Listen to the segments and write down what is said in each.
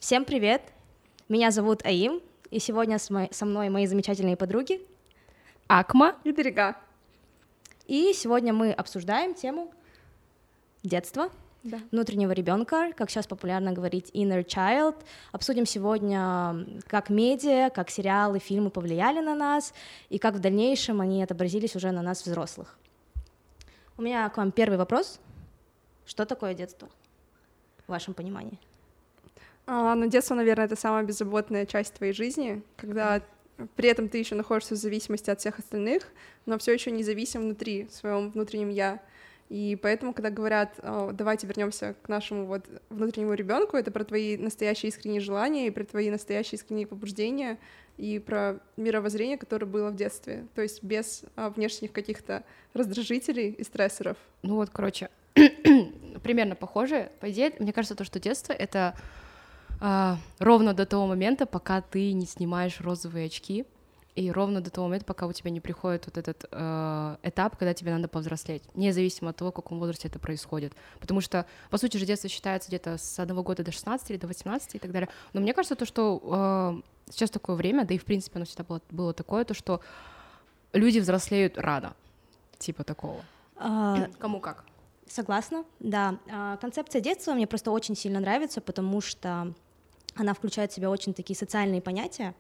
Всем привет! Меня зовут Аим, и сегодня со мной мои замечательные подруги Акма и Берега. И сегодня мы обсуждаем тему детства, внутреннего ребенка, как сейчас популярно говорить inner child. Обсудим сегодня, как медиа, как сериалы, фильмы повлияли на нас, и как в дальнейшем они отобразились уже на нас, взрослых. У меня к вам первый вопрос. Что такое детство, в вашем понимании? Детство, наверное, это самая беззаботная часть твоей жизни, когда при этом ты еще находишься в зависимости от всех остальных, но все еще независим внутри, в своем внутреннем я. И поэтому, когда говорят, давайте вернемся к нашему внутреннему ребенку, это про твои настоящие искренние желания, и про твои настоящие искренние побуждения, и про мировоззрение, которое было в детстве, то есть без внешних каких-то раздражителей и стрессоров. Примерно похоже. По идее, мне кажется, то, что детство — это ровно до того момента, пока ты не снимаешь розовые очки, и ровно до того момента, пока у тебя не приходит вот этот этап, когда тебе надо повзрослеть, независимо от того, в каком возрасте это происходит. Потому что, по сути же, детство считается где-то с 1 года до 16 или до 18 и так далее. Но мне кажется, то, что сейчас такое время, да и в принципе оно всегда было такое, то, что люди взрослеют рано, типа такого. Кому как. Согласна, да. Концепция детства мне просто очень сильно нравится, потому что она включает в себя очень такие социальные понятия.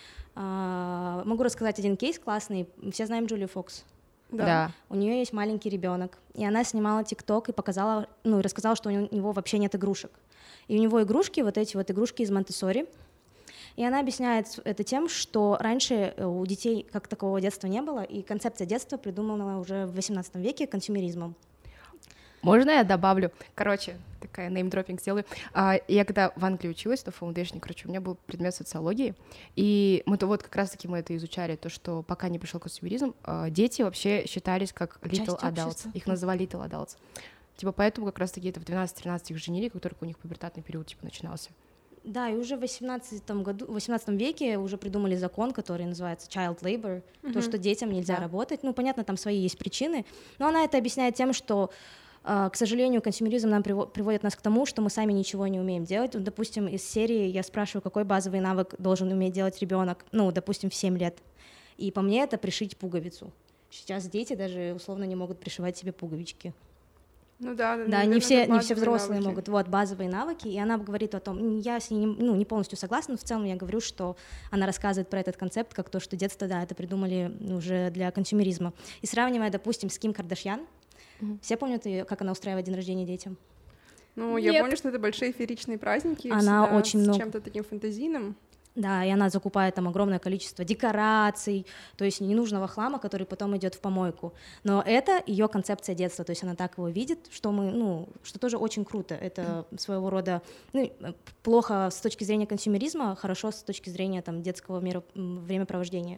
Могу рассказать один кейс классный. Все знаем Джулию Фокс. Да. У нее есть маленький ребенок, и она снимала ТикТок и показала, рассказала, что у него вообще нет игрушек. И у него игрушки, вот эти вот игрушки из Монтессори. И она объясняет это тем, что раньше у детей как такового детства не было, и концепция детства придумана уже в XVIII веке консюмеризмом. Можно я добавлю? Такая неймдропинг сделаю. Я когда в Англии училась на фаундейшне, у меня был предмет социологии, и мы как раз-таки мы это изучали, то, что пока не пришел консюмеризм, дети вообще считались как little adults, их называли little adults. Поэтому как раз-таки это в 12-13 их женили, как только у них пубертатный период начинался. Да, и уже в XVIII веке уже придумали закон, который называется child labor, то, что детям нельзя работать. Понятно, там свои есть причины, но она это объясняет тем, что к сожалению, консюмеризм нам приводит нас к тому, что мы сами ничего не умеем делать. Допустим, из серии я спрашиваю, какой базовый навык должен уметь делать ребенок, допустим, в 7 лет. И по мне это пришить пуговицу. Сейчас дети даже условно не могут пришивать себе пуговички. Да, не все взрослые могут. Базовые навыки. И она говорит о том, я с ней не полностью согласна, но в целом я говорю, что она рассказывает про этот концепт, как то, что детство, это придумали уже для консюмеризма. И сравнивая, допустим, с Ким Кардашьян, все помнят ее, как она устраивает день рождения детям? Я помню, что это большие фееричные праздники. Она очень с чем-то таким фантазийным. Да, и она закупает там огромное количество декораций, то есть ненужного хлама, который потом идет в помойку. Но это ее концепция детства, то есть она так его видит, что что тоже очень круто. Это своего рода плохо с точки зрения консюмеризма, хорошо с точки зрения детского времяпровождения.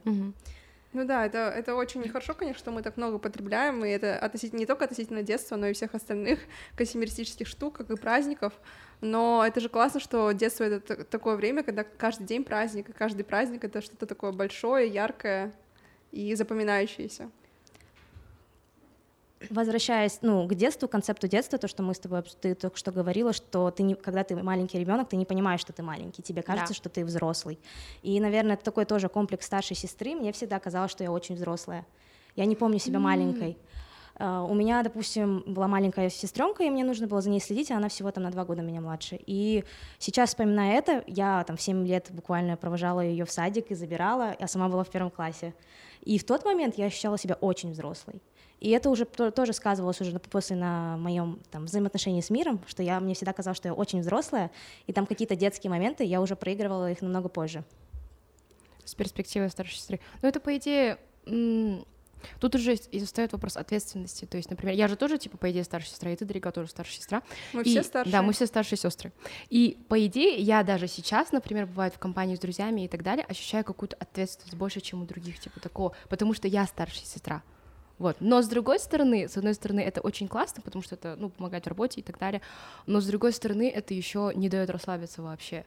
Это очень хорошо, конечно, что мы так много потребляем, и это не только относительно детства, но и всех остальных консюмеристических штук, как и праздников. Но это же классно, что детство — это такое время, когда каждый день праздник, и каждый праздник — это что-то такое большое, яркое и запоминающееся. Возвращаясь к детству, к концепту детства, то, что ты только что говорила, что когда ты маленький ребенок, ты не понимаешь, что ты маленький, тебе кажется, что ты взрослый. И, наверное, это такой тоже комплекс старшей сестры. Мне всегда казалось, что я очень взрослая. Я не помню себя маленькой. У меня, допустим, была маленькая сестренка, и мне нужно было за ней следить, а она всего на 2 года меня младше. И сейчас, вспоминая это, я в 7 лет буквально провожала ее в садик и забирала, а сама была в 1 классе. И в тот момент я ощущала себя очень взрослой. И это уже тоже сказывалось уже после на моем взаимоотношении с миром, что мне всегда казалось, что я очень взрослая, и там какие-то детские моменты, я уже проигрывала их намного позже. С перспективы старшей сестры. Но это, по идее, тут уже и встает вопрос ответственности. То есть, например, я же тоже, по идее, старшая сестра, и ты, Дарига, тоже старшая сестра. Мы все старшие. Да, мы все старшие сестры. И, по идее, я даже сейчас, например, бывает в компании с друзьями и так далее, ощущаю какую-то ответственность больше, чем у других, такого, потому что я старшая сестра. Но с одной стороны, это очень классно, потому что это, помогает в работе и так далее, но с другой стороны, это еще не дает расслабиться вообще.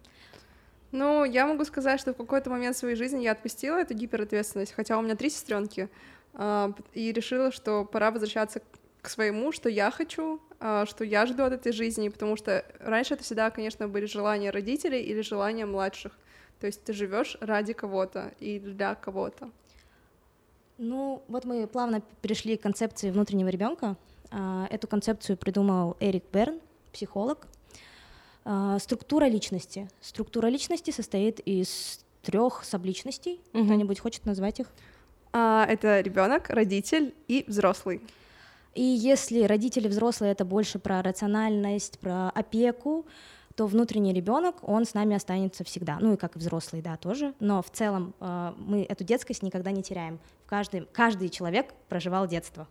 Я могу сказать, что в какой-то момент своей жизни я отпустила эту гиперответственность, хотя у меня 3 сестренки, и решила, что пора возвращаться к к своему, что я хочу, что я жду от этой жизни, потому что раньше это всегда, конечно, были желания родителей или желания младших. То есть ты живешь ради кого-то и для кого-то. Ну, вот мы плавно перешли к концепции внутреннего ребенка. Эту концепцию придумал Эрик Берн, психолог. Структура личности. Структура личности состоит из 3 субличностей. Кто-нибудь хочет назвать их? Это ребенок, родитель и взрослый. И если родители взрослые — это больше про рациональность, про опеку, то внутренний ребенок, он с нами останется всегда. Ну и как и взрослый, да, тоже. Но в целом мы эту детскость никогда не теряем. Каждый человек проживал детство.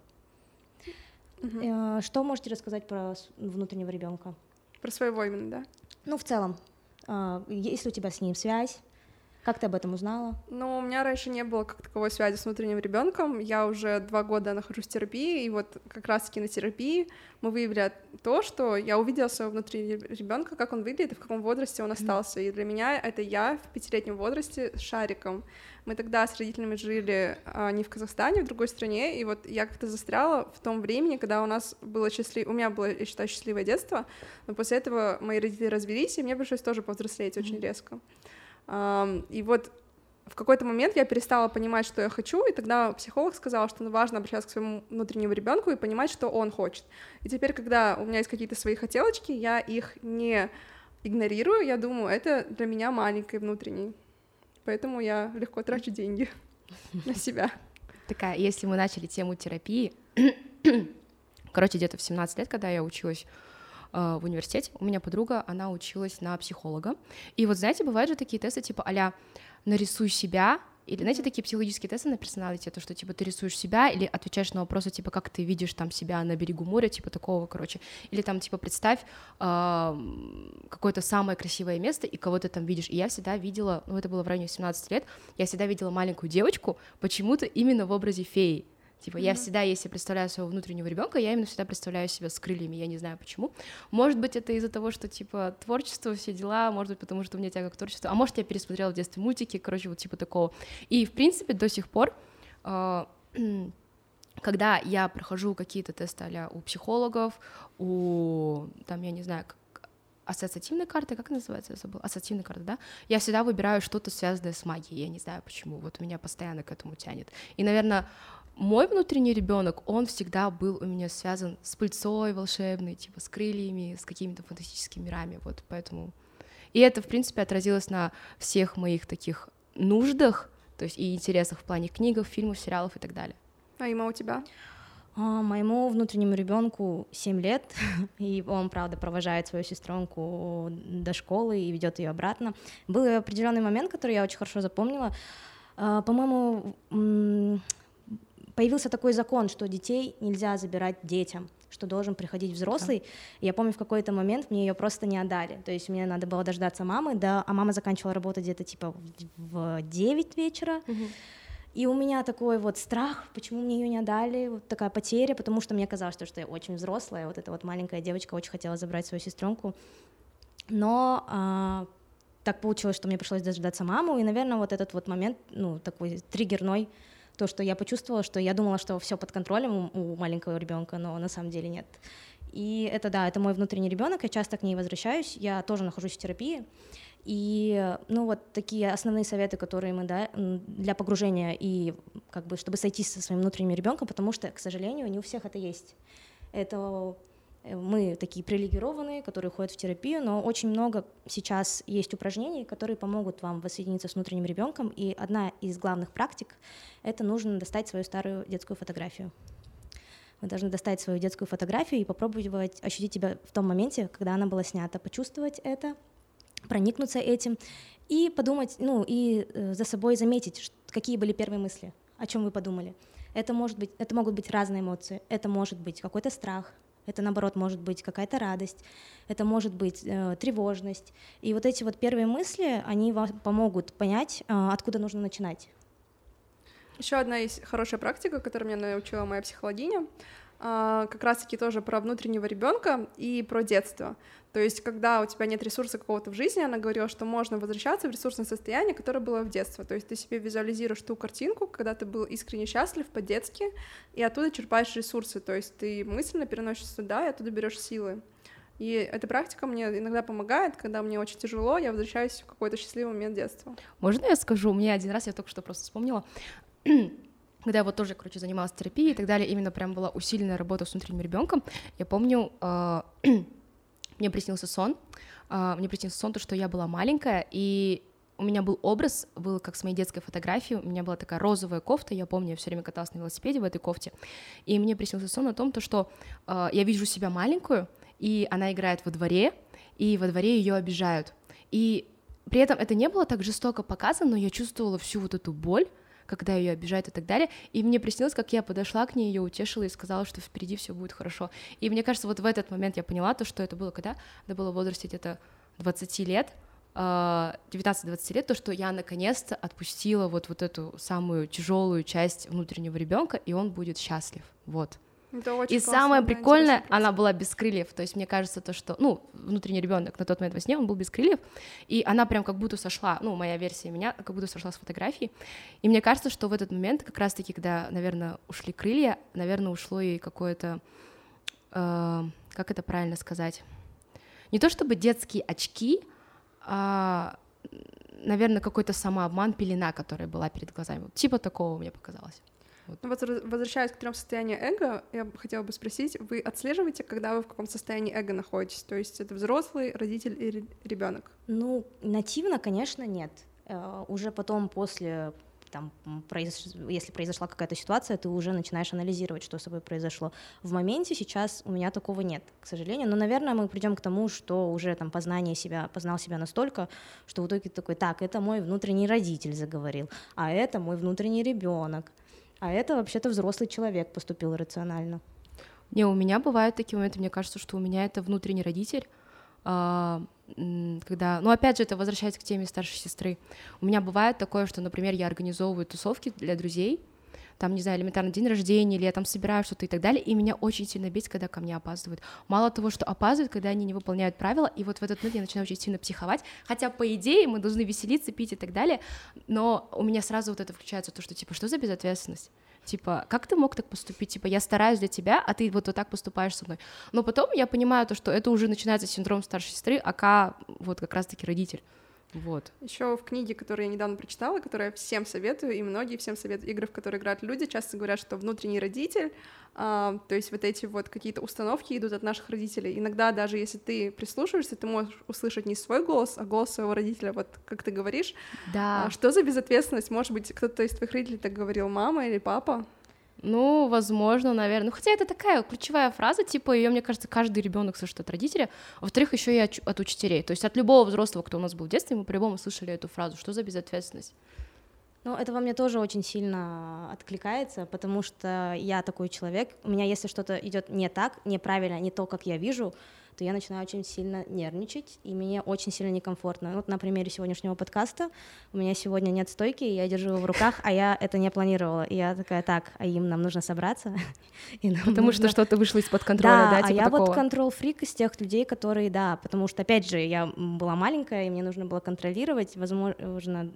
Что можете рассказать про внутреннего ребенка? Про своего именно, да? Ну, в целом. Есть ли у тебя с ним связь? Как ты об этом узнала? Ну, у меня раньше не было как таковой связи с внутренним ребенком. Я уже 2 года нахожусь в терапии, и вот как раз-таки на терапии мы выявили то, что я увидела своего внутреннего ребенка, как он выглядит и в каком возрасте он остался. И для меня это я в 5-летнем возрасте с шариком. Мы тогда с родителями жили не в Казахстане, в другой стране, и вот я как-то застряла в том времени, когда у меня было, я считаю, счастливое детство, но после этого мои родители развелись, и мне пришлось тоже повзрослеть очень резко. И вот в какой-то момент я перестала понимать, что я хочу, и тогда психолог сказал, что важно обращаться к своему внутреннему ребенку и понимать, что он хочет. И теперь, когда у меня есть какие-то свои хотелочки, я их не игнорирую, я думаю, это для меня маленький внутренний. Поэтому я легко трачу деньги на себя. Такая, если мы начали тему терапии, короче, где-то в 17 лет, когда я училась в университете, у меня подруга, она училась на психолога, и вот, знаете, бывают же такие тесты, типа а-ля «нарисуй себя», или, знаете, такие психологические тесты на персоналити, то, что, типа, ты рисуешь себя, или отвечаешь на вопросы, типа, как ты видишь там себя на берегу моря, типа, такого, короче, или там, типа, представь какое-то самое красивое место, и кого ты там видишь, и я всегда видела, ну, это было в районе 17 лет, я всегда видела маленькую девочку, почему-то именно в образе феи. Типа, я всегда, если представляю своего внутреннего ребенка, я именно всегда представляю себя с крыльями, я не знаю почему. Может быть, это из-за того, что, типа, творчество, все дела, может быть, потому что у меня тяга к творчеству, а может, я пересмотрела в детстве мультики, короче, вот типа такого. И, в принципе, до сих пор, когда я прохожу какие-то тесты а-ля у психологов, там, я не знаю, ассоциативной карты, как называется, я забыла, ассоциативная карта, да, я всегда выбираю что-то связанное с магией, я не знаю почему, вот меня постоянно к этому тянет. И, наверное, мой внутренний ребенок, он всегда был у меня связан с пыльцой волшебной, типа с крыльями, с какими-то фантастическими мирами, вот поэтому. И это, в принципе, отразилось на всех моих таких нуждах, то есть и интересах в плане книг, фильмов, сериалов и так далее. А Има, у тебя? Моему внутреннему ребенку 7 лет, и он, правда, провожает свою сестренку до школы и ведет ее обратно. Был определенный момент, который я очень хорошо запомнила. По-моему, появился такой закон, что детей нельзя забирать детям, что должен приходить взрослый. И я помню, в какой-то момент мне ее просто не отдали. То есть мне надо было дождаться мамы, да, а мама заканчивала работать где-то типа в 9 вечера. И у меня такой вот страх, почему мне ее не отдали, вот такая потеря, потому что мне казалось, что я очень взрослая, вот эта вот маленькая девочка очень хотела забрать свою сестренку. Но так получилось, что мне пришлось дождаться маму, и, наверное, вот этот вот момент, ну, такой триггерной, то, что я почувствовала, что я думала, что все под контролем у маленького ребенка, но на самом деле нет. И это, да, это мой внутренний ребенок, я часто к ней возвращаюсь, я тоже нахожусь в терапии, и, ну, вот такие основные советы, которые мы, да, для погружения и, как бы, чтобы сойтись со своим внутренним ребенком, потому что, к сожалению, не у всех это есть. Это мы такие привилегированные, которые ходят в терапию, но очень много сейчас есть упражнений, которые помогут вам воссоединиться с внутренним ребенком. И одна из главных практик — это нужно достать свою старую детскую фотографию. Вы должны достать свою детскую фотографию и попробовать ощутить себя в том моменте, когда она была снята, почувствовать это, проникнуться этим и подумать, ну, и за собой заметить, какие были первые мысли, о чем вы подумали. Это могут быть разные эмоции, это может быть какой-то страх, это, наоборот, может быть какая-то радость, это может быть тревожность. И вот эти вот первые мысли, они вам помогут понять, откуда нужно начинать. Еще одна есть хорошая практика, которую меня научила моя психологиня. как раз-таки тоже про внутреннего ребенка и про детство. То есть, когда у тебя нет ресурса какого-то в жизни, она говорила, что можно возвращаться в ресурсное состояние, которое было в детстве. То есть ты себе визуализируешь ту картинку, когда ты был искренне счастлив по-детски, и оттуда черпаешь ресурсы. То есть ты мысленно переносишься туда, и оттуда берешь силы. И эта практика мне иногда помогает, когда мне очень тяжело, я возвращаюсь в какой-то счастливый момент детства. Можно я скажу? Мне один раз, я только что просто вспомнила, когда я вот тоже, короче, занималась терапией и так далее, именно прям была усиленная работа с внутренним ребенком. Я помню, мне приснился сон, то, что я была маленькая, и у меня был образ, был как с моей детской фотографией, у меня была такая розовая кофта, я помню, я все время каталась на велосипеде в этой кофте, и мне приснился сон о том, что я вижу себя маленькую, и она играет во дворе, и во дворе ее обижают. И при этом это не было так жестоко показано, но я чувствовала всю вот эту боль, когда ее обижают и так далее, и мне приснилось, как я подошла к ней, ее утешила и сказала, что впереди все будет хорошо. И мне кажется, вот в этот момент я поняла то, что это было когда? Это было в возрасте где-то 20 лет, 19-20 лет, то, что я наконец-то отпустила вот эту самую тяжелую часть внутреннего ребенка, и он будет счастлив, вот. И самое прикольное, она была без крыльев, то есть мне кажется то, что, внутренний ребенок на тот момент во сне, он был без крыльев, и она прям как будто сошла, моя версия меня, как будто сошла с фотографии, и мне кажется, что в этот момент, как раз-таки, когда, наверное, ушли крылья, наверное, ушло и какое-то, как это правильно сказать, не то чтобы детские очки, а, наверное, какой-то самообман, пелена, которая была перед глазами, вот, типа такого мне показалось. Вот. Возвращаясь к 3 состояниям эго, я хотела бы спросить, вы отслеживаете, когда вы в каком состоянии эго находитесь? То есть это взрослый, родитель и ребенок? Нативно, конечно, нет. Уже потом, после, если произошла какая-то ситуация, ты уже начинаешь анализировать, что с собой произошло. В моменте сейчас у меня такого нет, к сожалению. Но, наверное, мы придем к тому, что уже познал себя настолько, что в итоге ты такой, так, это мой внутренний родитель заговорил, а это мой внутренний ребенок. А это вообще-то взрослый человек поступил рационально. У меня бывают такие моменты, мне кажется, что у меня это внутренний родитель, когда, опять же, это возвращаясь к теме старшей сестры, у меня бывает такое, что, например, я организовываю тусовки для друзей, там, не знаю, элементарно день рождения, или я там собираю что-то и так далее, и меня очень сильно бесит, когда ко мне опаздывают. Мало того, что опаздывают, когда они не выполняют правила, и вот в этот момент я начинаю очень сильно психовать, хотя, по идее, мы должны веселиться, пить и так далее, но у меня сразу вот это включается, то, что, что за безответственность? Как ты мог так поступить? Я стараюсь для тебя, а ты вот так поступаешь со мной. Но потом я понимаю то, что это уже начинается синдром старшей сестры, вот как раз-таки родитель. Вот. Еще в книге, которую я недавно прочитала, которую я всем советую, и многие всем советуют, игры, в которые играют люди, часто говорят, что внутренний родитель, то есть вот эти вот какие-то установки идут от наших родителей. Иногда даже если ты прислушиваешься, ты можешь услышать не свой голос, а голос своего родителя, вот как ты говоришь. Да. Что за безответственность? Может быть, кто-то из твоих родителей так говорил, мама или папа? Возможно, наверное. Хотя это такая ключевая фраза, ее, мне кажется, каждый ребенок слышит от родителя. Во-вторых, еще и от учителей. То есть от любого взрослого, кто у нас был в детстве, мы по-любому слышали эту фразу. Что за безответственность? Это во мне тоже очень сильно откликается, потому что я такой человек. У меня, если что-то идет не так, неправильно, не то, как я вижу, то я начинаю очень сильно нервничать, и мне очень сильно некомфортно. На примере сегодняшнего подкаста у меня сегодня нет стойки, я держу его в руках, а я это не планировала. И я такая, нам нужно собраться. Потому что что-то вышло из-под контроля, да, а я такого. вот контрол-фрик из тех людей, которые, потому что, опять же, я была маленькая, и мне нужно было контролировать, возможно,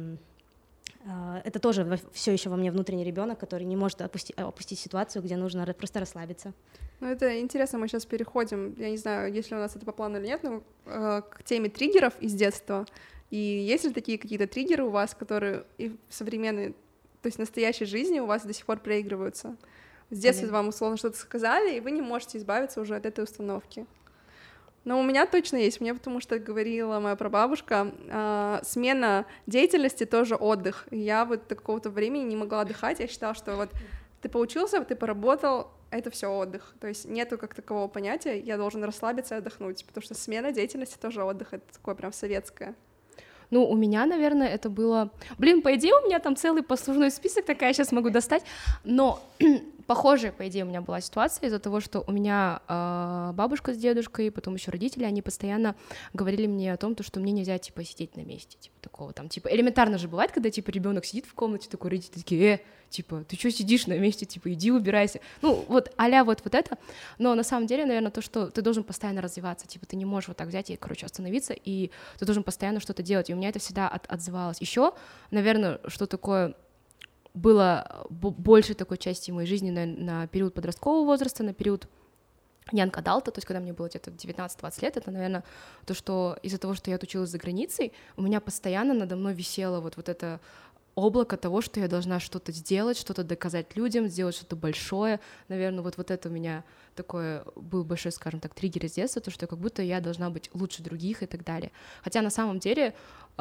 это тоже все еще во мне внутренний ребенок, который не может опустить ситуацию, где нужно просто расслабиться. Это интересно, мы сейчас переходим, я не знаю, есть ли у нас это по плану или нет, но к теме триггеров из детства. И есть ли такие какие-то триггеры у вас, которые и в современной, то есть в настоящей жизни у вас до сих пор проигрываются? С детства вам условно что-то сказали, и вы не можете избавиться уже от этой установки. Но у меня точно есть, мне потому что говорила моя прабабушка, смена деятельности тоже отдых. И я вот до какого-то времени не могла отдыхать, я считала, что вот ты поучился, ты поработал, это все отдых. То есть нету как такового понятия, я должен расслабиться и отдохнуть, потому что смена деятельности тоже отдых, это такое прям советское. У меня, наверное, это было... по идее, у меня там целый послужной список, такая сейчас могу достать, но похожая, по идее, у меня была ситуация из-за того, что у меня бабушка с дедушкой, потом еще родители, они постоянно говорили мне о том, что мне нельзя, типа, сидеть на месте, типа, такого там, типа, элементарно же бывает, когда, типа, ребенок сидит в комнате, такой, родители такие, типа, ты что сидишь на месте, типа, иди убирайся, ну, вот а-ля вот это, но на самом деле, наверное, то, что ты должен постоянно развиваться, типа, ты не можешь вот так взять и, короче, остановиться, и ты должен постоянно что-то делать, и у меня это всегда отзывалось. Еще, наверное, что такое было больше такой части моей жизни на период подросткового возраста, на период young adult, то есть когда мне было где-то 19-20 лет, это, наверное, то, что из-за того, что я отучилась за границей, у меня постоянно надо мной висело вот это облако того, что я должна что-то сделать, что-то доказать людям, сделать что-то большое. Наверное, вот это у меня такой был большой, скажем так, триггер из детства, то, что как будто я должна быть лучше других и так далее. Хотя на самом деле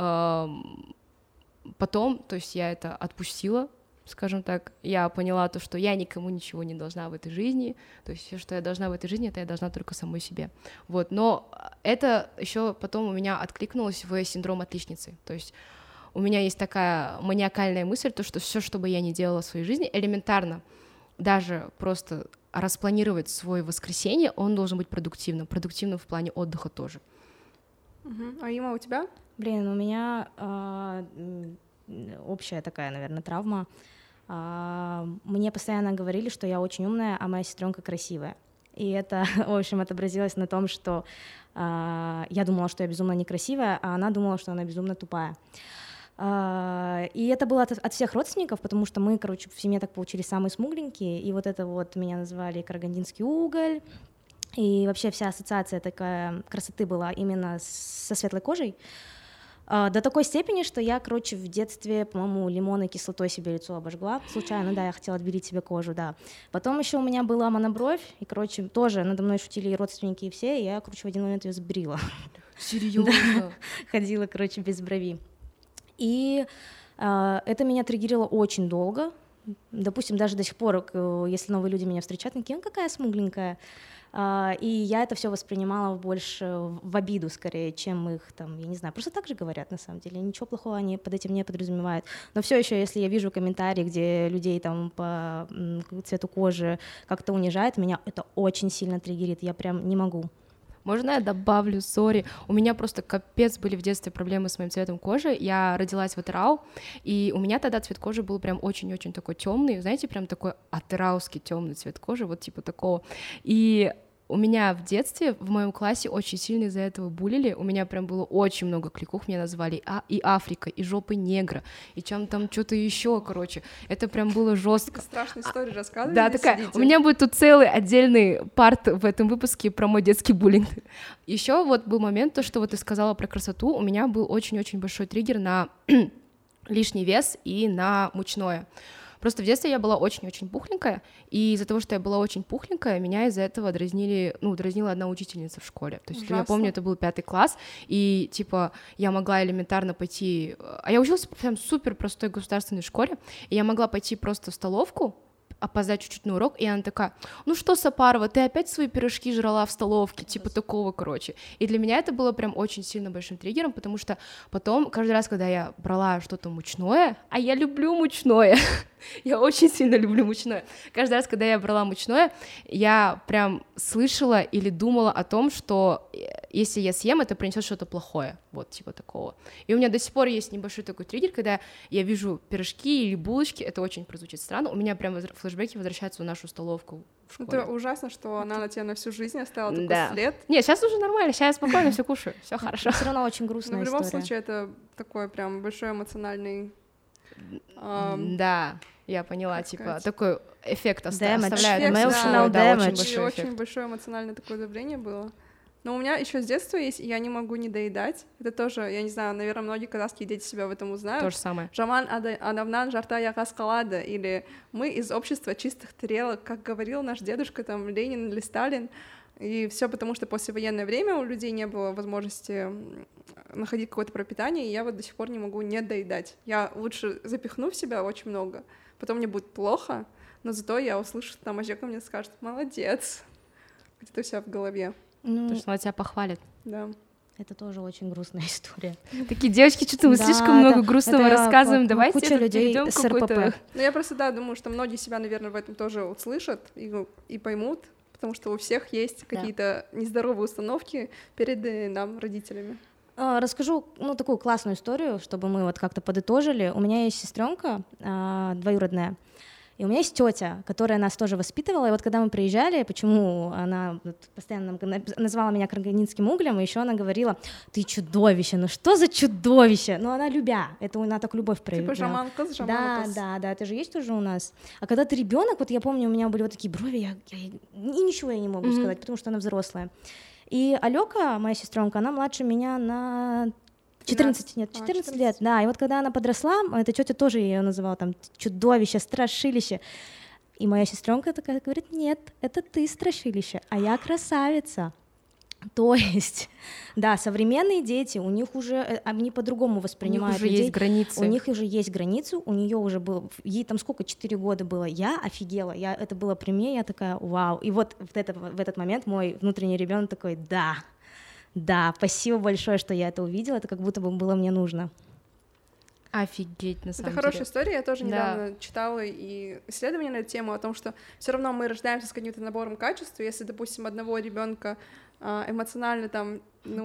потом, то есть я это отпустила, скажем так, я поняла то, что я никому ничего не должна в этой жизни, то есть все, что я должна в этой жизни, это я должна только самой себе, вот, но это еще потом у меня откликнулось в синдром отличницы, то есть у меня есть такая маниакальная мысль, то, что все, что бы я ни делала в своей жизни, элементарно, даже просто распланировать свое воскресенье, он должен быть продуктивным в плане отдыха тоже. А Има, у тебя? Блин, у меня общая такая, наверное, травма. Мне постоянно говорили, что я очень умная, а моя сестренка красивая. И это, в общем, отобразилось на том, что я думала, что я безумно некрасивая, а она думала, что она безумно тупая. И это было от всех родственников, потому что мы, короче, в семье так получились самые смугленькие, и вот это вот меня называли карагандинский уголь, и вообще вся ассоциация такая красоты была именно со светлой кожей. До такой степени, что я, короче, в детстве, по-моему, лимонной кислотой себе лицо обожгла. Случайно, да, я хотела отбелить себе кожу, да. Потом еще у меня была монобровь, и, короче, тоже надо мной шутили и родственники, и все, и я, короче, в один момент ее сбрила. Серьезно? Да. Ходила, короче, без брови. И это меня триггерило очень долго. Допустим, даже до сих пор, если новые люди меня встречают, такие, какая смугленькая. И я это все воспринимала больше в обиду, скорее, чем их там, я не знаю, просто так же говорят, на самом деле, ничего плохого они под этим не подразумевают. Но все еще, если я вижу комментарии, где людей там по цвету кожи как-то унижают, меня это очень сильно триггерит, я прям не могу. Можно я добавлю, сори? У меня просто капец были в детстве проблемы с моим цветом кожи. Я родилась в Атырау, и у меня тогда цвет кожи был прям очень-очень такой темный, знаете, прям такой атырауский темный цвет кожи, вот типа такого. И у меня в детстве, в моем классе очень сильно из-за этого булили, у меня прям было очень много кликух, меня называли и Африка, и жопы негра, и чем там что-то еще, короче, это прям было жестко. Страшные истории рассказывали. Да, такая, сидите. У меня будет тут целый отдельный парт в этом выпуске про мой детский буллинг. Еще вот был момент, то, что вот ты сказала про красоту, у меня был очень-очень большой триггер на лишний вес и на мучное. Просто в детстве я была очень-очень пухленькая, и из-за того, что я была очень пухленькая, меня из-за этого дразнила одна учительница в школе. То есть я помню, это был 5 класс, и типа я могла элементарно пойти... А я училась в прям супер простой государственной школе, и я могла пойти просто в столовку, опоздать чуть-чуть на урок, и она такая, ну что, Сапарова, ты опять свои пирожки жрала в столовке, типа такого, короче. И для меня это было прям очень сильно большим триггером, потому что потом, каждый раз, когда я брала что-то мучное, а я люблю мучное, я очень сильно люблю мучное, каждый раз, когда я брала мучное, я прям слышала или думала о том, что если я съем, это принесет что-то плохое, вот, типа такого. И у меня до сих пор есть небольшой такой триггер, когда я вижу пирожки или булочки, это очень прозвучит странно, у меня прям флешбеки возвращаются в нашу столовку в школе. Это ужасно, что она на тебя на всю жизнь оставила такой след. Нет, сейчас уже нормально, сейчас я спокойно все кушаю, все хорошо. Все равно очень грустная история. Но в любом случае это такой прям большой эмоциональный... Да, я поняла, типа, такой эффект оставляет. Emotional damage. Очень большое эмоциональное такое давление было. Но у меня еще с детства есть, я не могу не доедать. Это тоже, я не знаю, наверное, многие казахские дети себя в этом узнают. То же самое. Жаман адамнан жарта яғас қалады, или мы из общества чистых тарелок, как говорил наш дедушка, там, Ленин или Сталин. И все потому, что послевоенное время у людей не было возможности находить какое-то пропитание, и я вот до сих пор не могу не доедать. Я лучше запихну в себя очень много, потом мне будет плохо, но зато я услышу, что там Ажека мне скажет: молодец, где-то у себя в голове. То, что она тебя похвалит. Да. Это тоже очень грустная история. Такие девочки, что-то мы слишком много грустного рассказываем. Давайте куча людей с РПП. Ну, я просто, думаю, что многие себя, наверное, в этом тоже услышат и поймут, потому что у всех есть какие-то нездоровые установки перед нам, родителями. Расскажу, такую классную историю, чтобы мы вот как-то подытожили. У меня есть сестренка двоюродная, и у меня есть тетя, которая нас тоже воспитывала. И вот когда мы приезжали, почему она постоянно называла меня карагандинским углем, и еще она говорила: ты чудовище, ну что за чудовище? Но она любя, это она так любовь проявила. Типа жаманкас. Да, это же есть тоже у нас. А когда ты ребенок, вот я помню, у меня были вот такие брови, ничего я не могу сказать, потому что она взрослая. И Алёка, моя сестренка, она младше меня на 14 лет, да, и вот когда она подросла, эта тетя тоже ее называла там чудовище, страшилище, и моя сестренка такая говорит: нет, это ты страшилище, а я красавица. То есть, да, современные дети, у них уже, они по-другому воспринимают людей. У них уже есть границы. У них уже есть границы, у нее уже было, ей там сколько, 4 года было, я офигела, это было при мне, я такая: вау. И вот в этот момент мой внутренний ребенок такой: да, спасибо большое, что я это увидела, это как будто бы было мне нужно. Офигеть, на самом деле. Это хорошая история, я тоже недавно читала и исследование на эту тему о том, что все равно мы рождаемся с каким-то набором качеств, и если, допустим, одного ребенка эмоционально там,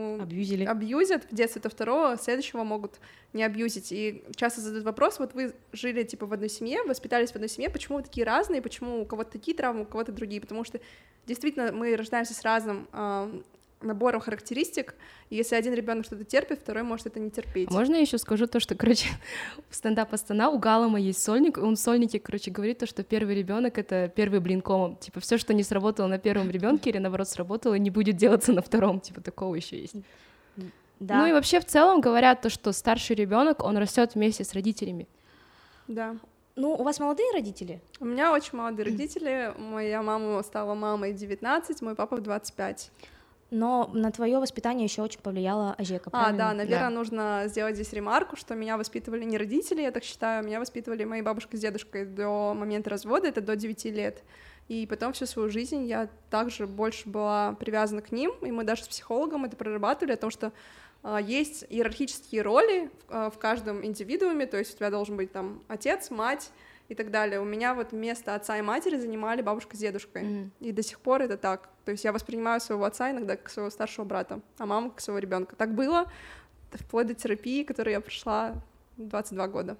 абьюзят в детстве, то второго, следующего могут не абьюзить. И часто задают вопрос: вот вы жили типа в одной семье, воспитались в одной семье, почему вы такие разные, почему у кого-то такие травмы, у кого-то другие? Потому что действительно мы рождаемся с разным набором характеристик, и если один ребенок что-то терпит, второй может это не терпеть. Можно я еще скажу то, что, короче, в стендап Астана у Галама есть сольник, и он в сольнике, короче, говорит то, что первый ребенок это первый блин комом, типа все, что не сработало на первом ребенке или наоборот сработало, не будет делаться на втором, типа такого еще есть. Да. Ну и вообще в целом говорят то, что старший ребенок он растет вместе с родителями. Да. Ну, у вас молодые родители? У меня очень молодые родители. Моя мама стала мамой в 19, мой папа в 25. Но на твое воспитание еще очень повлияла Ажека, правильно? Да, наверное, нужно сделать здесь ремарку, что меня воспитывали не родители, я так считаю, меня воспитывали мои бабушка с дедушкой до момента развода, это до 9 лет. И потом всю свою жизнь я также больше была привязана к ним, и мы даже с психологом это прорабатывали, о том, что есть иерархические роли в каждом индивидууме, то есть у тебя должен быть там отец, мать и так далее. У меня вот место отца и матери занимали бабушка с дедушкой, и до сих пор это так. То есть я воспринимаю своего отца иногда как своего старшего брата, а маму как своего ребенка. Так было вплоть до терапии, которую я прошла 22 года.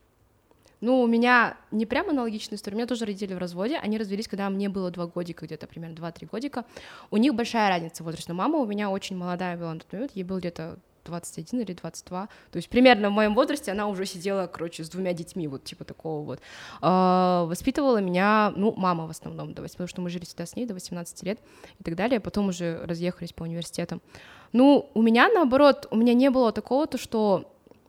Ну, у меня не прям аналогичная история, у меня тоже родители в разводе, они развелись, когда мне было 2 годика, где-то примерно 2-3 годика. У них большая разница в возрасте, но мама у меня очень молодая была на тот момент, ей было где-то 21 или 22, то есть примерно в моем возрасте она уже сидела, короче, с 2 детьми, вот типа такого вот. Воспитывала меня, мама в основном, потому что мы жили всегда с ней до 18 лет и так далее, потом уже разъехались по университетам. Ну, у меня, наоборот, у меня не было такого, то что,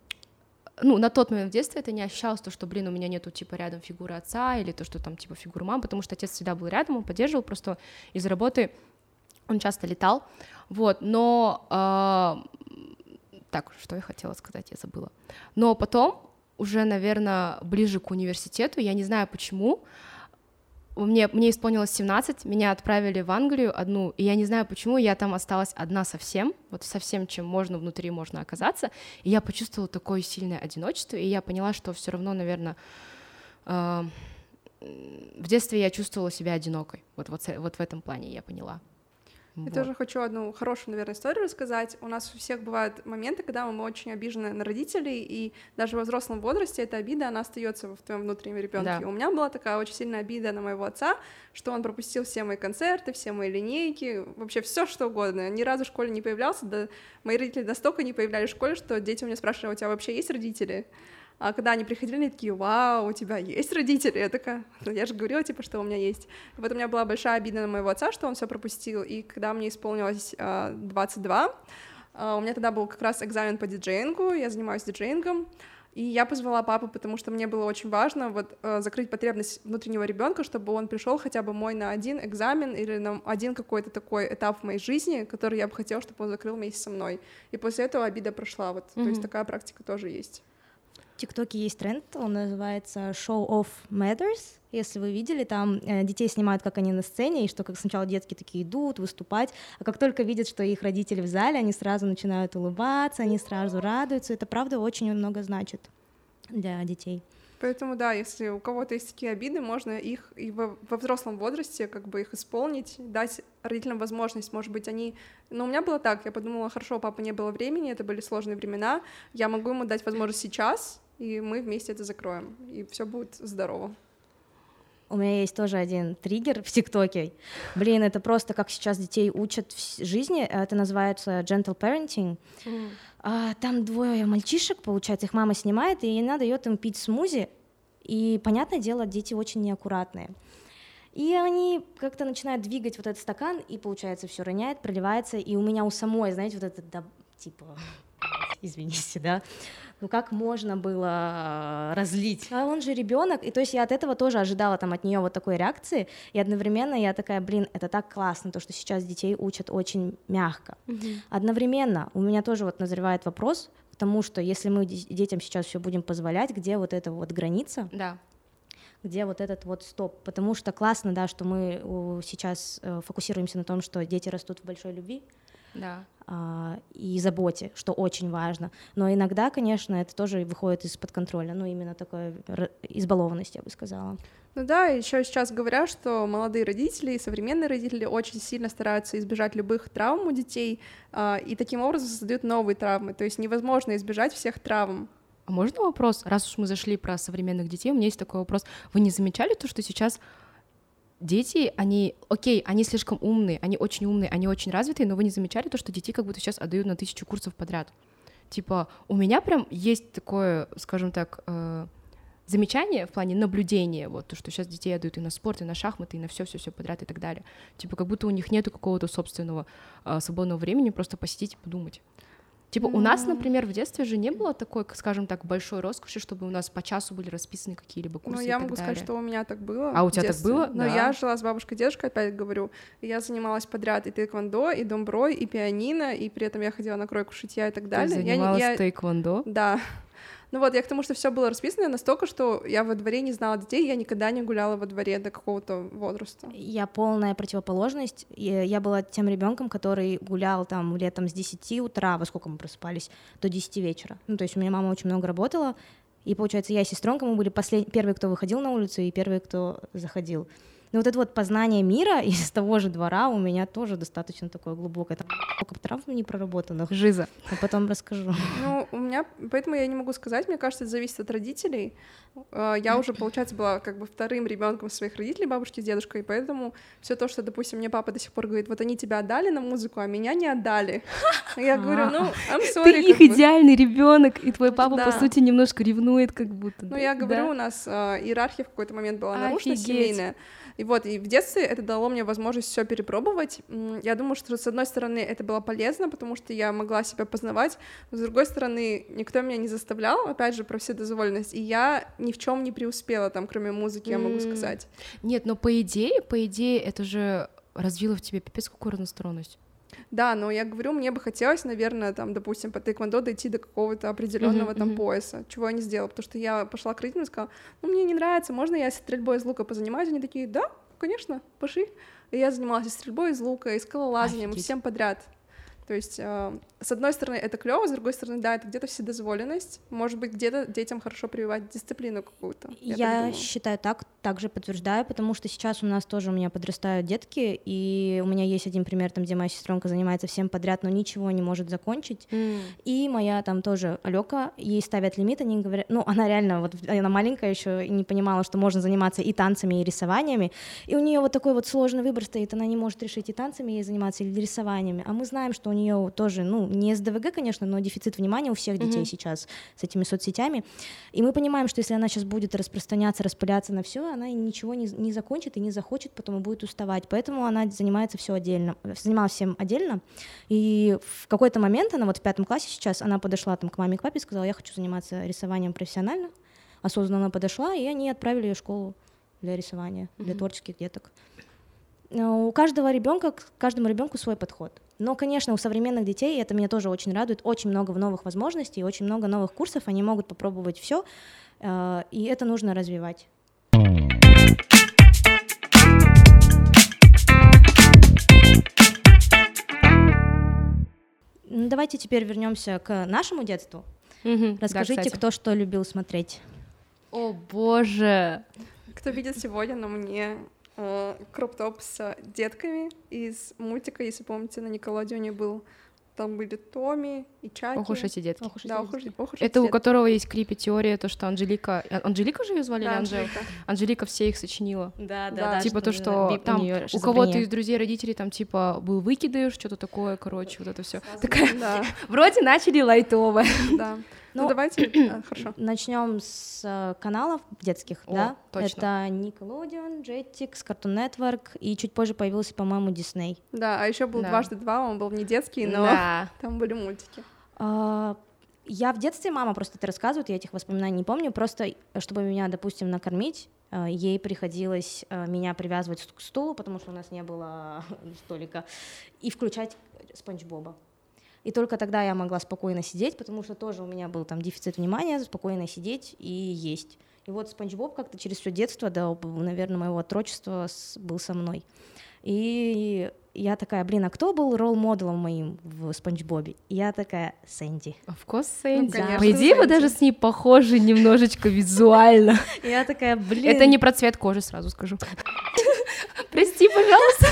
на тот момент в детстве это не ощущалось, то, что, у меня нету, типа, рядом фигуры отца или то, что там, типа, фигуры мамы, потому что отец всегда был рядом, он поддерживал, просто из работы он часто летал, вот, но... Так, что я хотела сказать, я забыла. Но потом, уже, наверное, ближе к университету, я не знаю почему, мне исполнилось 17, меня отправили в Англию одну, и я не знаю почему, я там осталась одна совсем, вот совсем, чем внутри можно оказаться, и я почувствовала такое сильное одиночество, и я поняла, что все равно, наверное, в детстве я чувствовала себя одинокой, вот в этом плане я поняла. Я тоже хочу одну хорошую, наверное, историю рассказать. У нас у всех бывают моменты, когда мы очень обижены на родителей, и даже во взрослом возрасте эта обида, она остается в твоем внутреннем ребенке. Да. У меня была такая очень сильная обида на моего отца, что он пропустил все мои концерты, все мои линейки, вообще все что угодно. Ни разу в школе не появлялся, да, мои родители настолько не появлялись в школе, что дети у меня спрашивали: у тебя вообще есть родители? А когда они приходили, они такие: вау, у тебя есть родители? Я такая: я же говорила, типа, что у меня есть. И вот у меня была большая обида на моего отца, что он все пропустил, и когда мне исполнилось 22, у меня тогда был как раз экзамен по диджеингу, я занимаюсь диджеингом, и я позвала папу, потому что мне было очень важно закрыть потребность внутреннего ребенка, чтобы он пришел хотя бы на один экзамен или на один какой-то такой этап в моей жизни, который я бы хотела, чтобы он закрыл вместе со мной. И после этого обида прошла. То есть такая практика тоже есть. ТикТоке есть тренд, он называется Show Off Matters. Если вы видели, там детей снимают, как они на сцене, и что как сначала детки такие идут выступать, а как только видят, что их родители в зале, они сразу начинают улыбаться, они сразу радуются. Это, правда, очень много значит для детей. Поэтому, да, если у кого-то есть такие обиды, можно их и во взрослом возрасте как бы их исполнить, дать родителям возможность, может быть, они... Но у меня было так, я подумала, хорошо, у папы не было времени, это были сложные времена, я могу ему дать возможность сейчас, и мы вместе это закроем, и все будет здорово. У меня есть тоже один триггер в ТикТоке. Блин, это просто как сейчас детей учат в жизни. Это называется gentle parenting. Там 2 мальчишек, получается, их мама снимает, и она дает им пить смузи. И, понятное дело, дети очень неаккуратные. И они как-то начинают двигать вот этот стакан, и, получается, все роняет, проливается. И у меня у самой, знаете, вот это, да, типа... извините, да, ну как можно было разлить? А он же ребенок, и то есть я от этого тоже ожидала там от нее вот такой реакции, и одновременно я такая, блин, это так классно, то, что сейчас детей учат очень мягко. Одновременно у меня тоже вот назревает вопрос к тому, что если мы детям сейчас все будем позволять, где вот эта вот граница? Да. Где вот этот вот стоп, потому что классно, да, что мы сейчас фокусируемся на том, что дети растут в большой любви, да. И заботе, что очень важно. Но иногда, конечно, это тоже выходит из-под контроля, ну, именно такая избалованность, я бы сказала. Ну да, еще сейчас говорят, что молодые родители и современные родители очень сильно стараются избежать любых травм у детей, и таким образом создают новые травмы, то есть невозможно избежать всех травм. А можно вопрос? Раз уж мы зашли про современных детей, у меня есть такой вопрос. Вы не замечали то, что сейчас дети, они слишком умные, они очень развитые, но вы не замечали то, что детей как будто сейчас отдают на 1000 курсов подряд? Типа, у меня прям есть такое, скажем так, замечание в плане наблюдения, вот, то, что сейчас детей отдают и на спорт, и на шахматы, и на все подряд и так далее. Типа, как будто у них нету какого-то собственного свободного времени просто посидеть и подумать. Типа, у нас, например, в детстве же не было такой, скажем так, большой роскоши, чтобы у нас по часу были расписаны какие-либо курсы. Ну, я могу сказать, что у меня так было. А у тебя так было? Но я жила с бабушкой и дедушкой, опять говорю, и я занималась подряд и тэквондо, и домброй, и пианино, и при этом я ходила на кройку шитья и так далее. Ты занималась тэквондо? Да. Ну вот, я к тому, что все было расписано настолько, что я во дворе не знала детей, я никогда не гуляла во дворе до какого-то возраста. Я полная противоположность. Я была тем ребенком, который гулял там летом с 10 утра, во сколько мы просыпались, до 10 вечера. Ну, то есть у меня мама очень много работала, и, получается, я и сестренка, мы были первые, кто выходил на улицу, и первые, кто заходил. Но вот это вот познание мира из того же двора у меня тоже достаточно такое глубокое. Там сколько травм не проработанных. Жиза. А потом расскажу. Ну, у меня, поэтому я не могу сказать, мне кажется, это зависит от родителей. Я уже, получается, была как бы вторым ребенком своих родителей, бабушки с дедушкой, и поэтому все то, что, допустим, мне папа до сих пор говорит, вот они тебя отдали на музыку, а меня не отдали. Я говорю, ну, I'm sorry. Ты их идеальный ребенок, и твой папа, по сути, немножко ревнует, как будто. Ну, я говорю, у нас иерархия в какой-то момент была нарушена, семейная. И вот, и в детстве это дало мне возможность все перепробовать. Я думаю, что, с одной стороны, это было полезно, потому что я могла себя познавать, но, с другой стороны, никто меня не заставлял, опять же, про вседозволенность, и я ни в чем не преуспела, там, кроме музыки, я могу сказать. Нет, но по идее, это же развило в тебе пипец какую разносторонность. Да, но я говорю, мне бы хотелось, наверное, там, допустим, по тэквондо дойти до какого-то определенного там пояса, чего я не сделала, потому что я пошла к родителям и сказала, ну, мне не нравится, можно я стрельбой из лука позанимаюсь? Они такие, да, конечно, пошли. И я занималась и стрельбой из лука, и скалолазанием, и всем подряд. То есть, с одной стороны, это клево, с другой стороны, да, это где-то вседозволенность, может быть, где-то детям хорошо прививать дисциплину какую-то. Я считаю также подтверждаю, потому что сейчас у нас тоже, у меня подрастают детки, и у меня есть один пример, там, где моя сестренка занимается всем подряд, но ничего не может закончить, и моя там тоже Алёка, ей ставят лимит, они говорят, ну, она реально, вот она маленькая еще, не понимала, что можно заниматься и танцами, и рисованиями, и у нее вот такой вот сложный выбор стоит, она не может решить и танцами ей заниматься, или рисованиями, а мы знаем, что у нее тоже, ну, не СДВГ, конечно, но дефицит внимания у всех детей сейчас с этими соцсетями. И мы понимаем, что если она сейчас будет распространяться, распыляться на все, она ничего не закончит и не захочет, потом и будет уставать. Поэтому она занимается занималась всем отдельно. И в какой-то момент, она вот в 5 классе сейчас, она подошла там к маме и к папе и сказала, я хочу заниматься рисованием профессионально. Осознанно подошла, и они отправили ее в школу для рисования, для творческих деток. У каждого ребенка, к каждому ребенку свой подход. Но, конечно, у современных детей, и это меня тоже очень радует, очень много новых возможностей, очень много новых курсов, они могут попробовать все, и это нужно развивать. Давайте теперь вернемся к нашему детству. Расскажите, кто что любил смотреть. О, боже! Кто видит сегодня на мне кроп-топ с детками из мультика, если помните, на Никелодеоне был. Там были Томми и Чаки. Ох уж эти детки. Да, ох уж это у которого есть крипи-теория, то, что Анжелика... Анжелика же ее звали, да, или Анжела? Анжелика все их сочинила. Да. Типа то, что там у кого-то из друзей, родителей там типа был выкидыш, что-то такое, короче, вот это все. Такая... Вроде начали лайтово. Да. Ну, давайте, хорошо. Начнем с каналов детских, да? Точно. Это Nickelodeon, Jetix, Cartoon Network, и чуть позже появился, по-моему, Disney. Да, а еще был «Дважды два», он был не детский, но там были мультики. Я в детстве, мама просто это рассказывает, я этих воспоминаний не помню, просто чтобы меня, допустим, накормить, ей приходилось меня привязывать к стулу, потому что у нас не было столика, и включать Спанч Боба. И только тогда я могла спокойно сидеть, потому что тоже у меня был там дефицит внимания, спокойно сидеть и есть. И вот Спанч Боб как-то через все детство, до, наверное, моего отрочества был со мной. И я такая, а кто был ролл-моделом моим в Спанч Бобе? И я такая, Сэнди. Of course, Сэнди. Ну, по идее, вы даже с ней похожи немножечко визуально. Я такая, Это не про цвет кожи, сразу скажу. Прости, пожалуйста.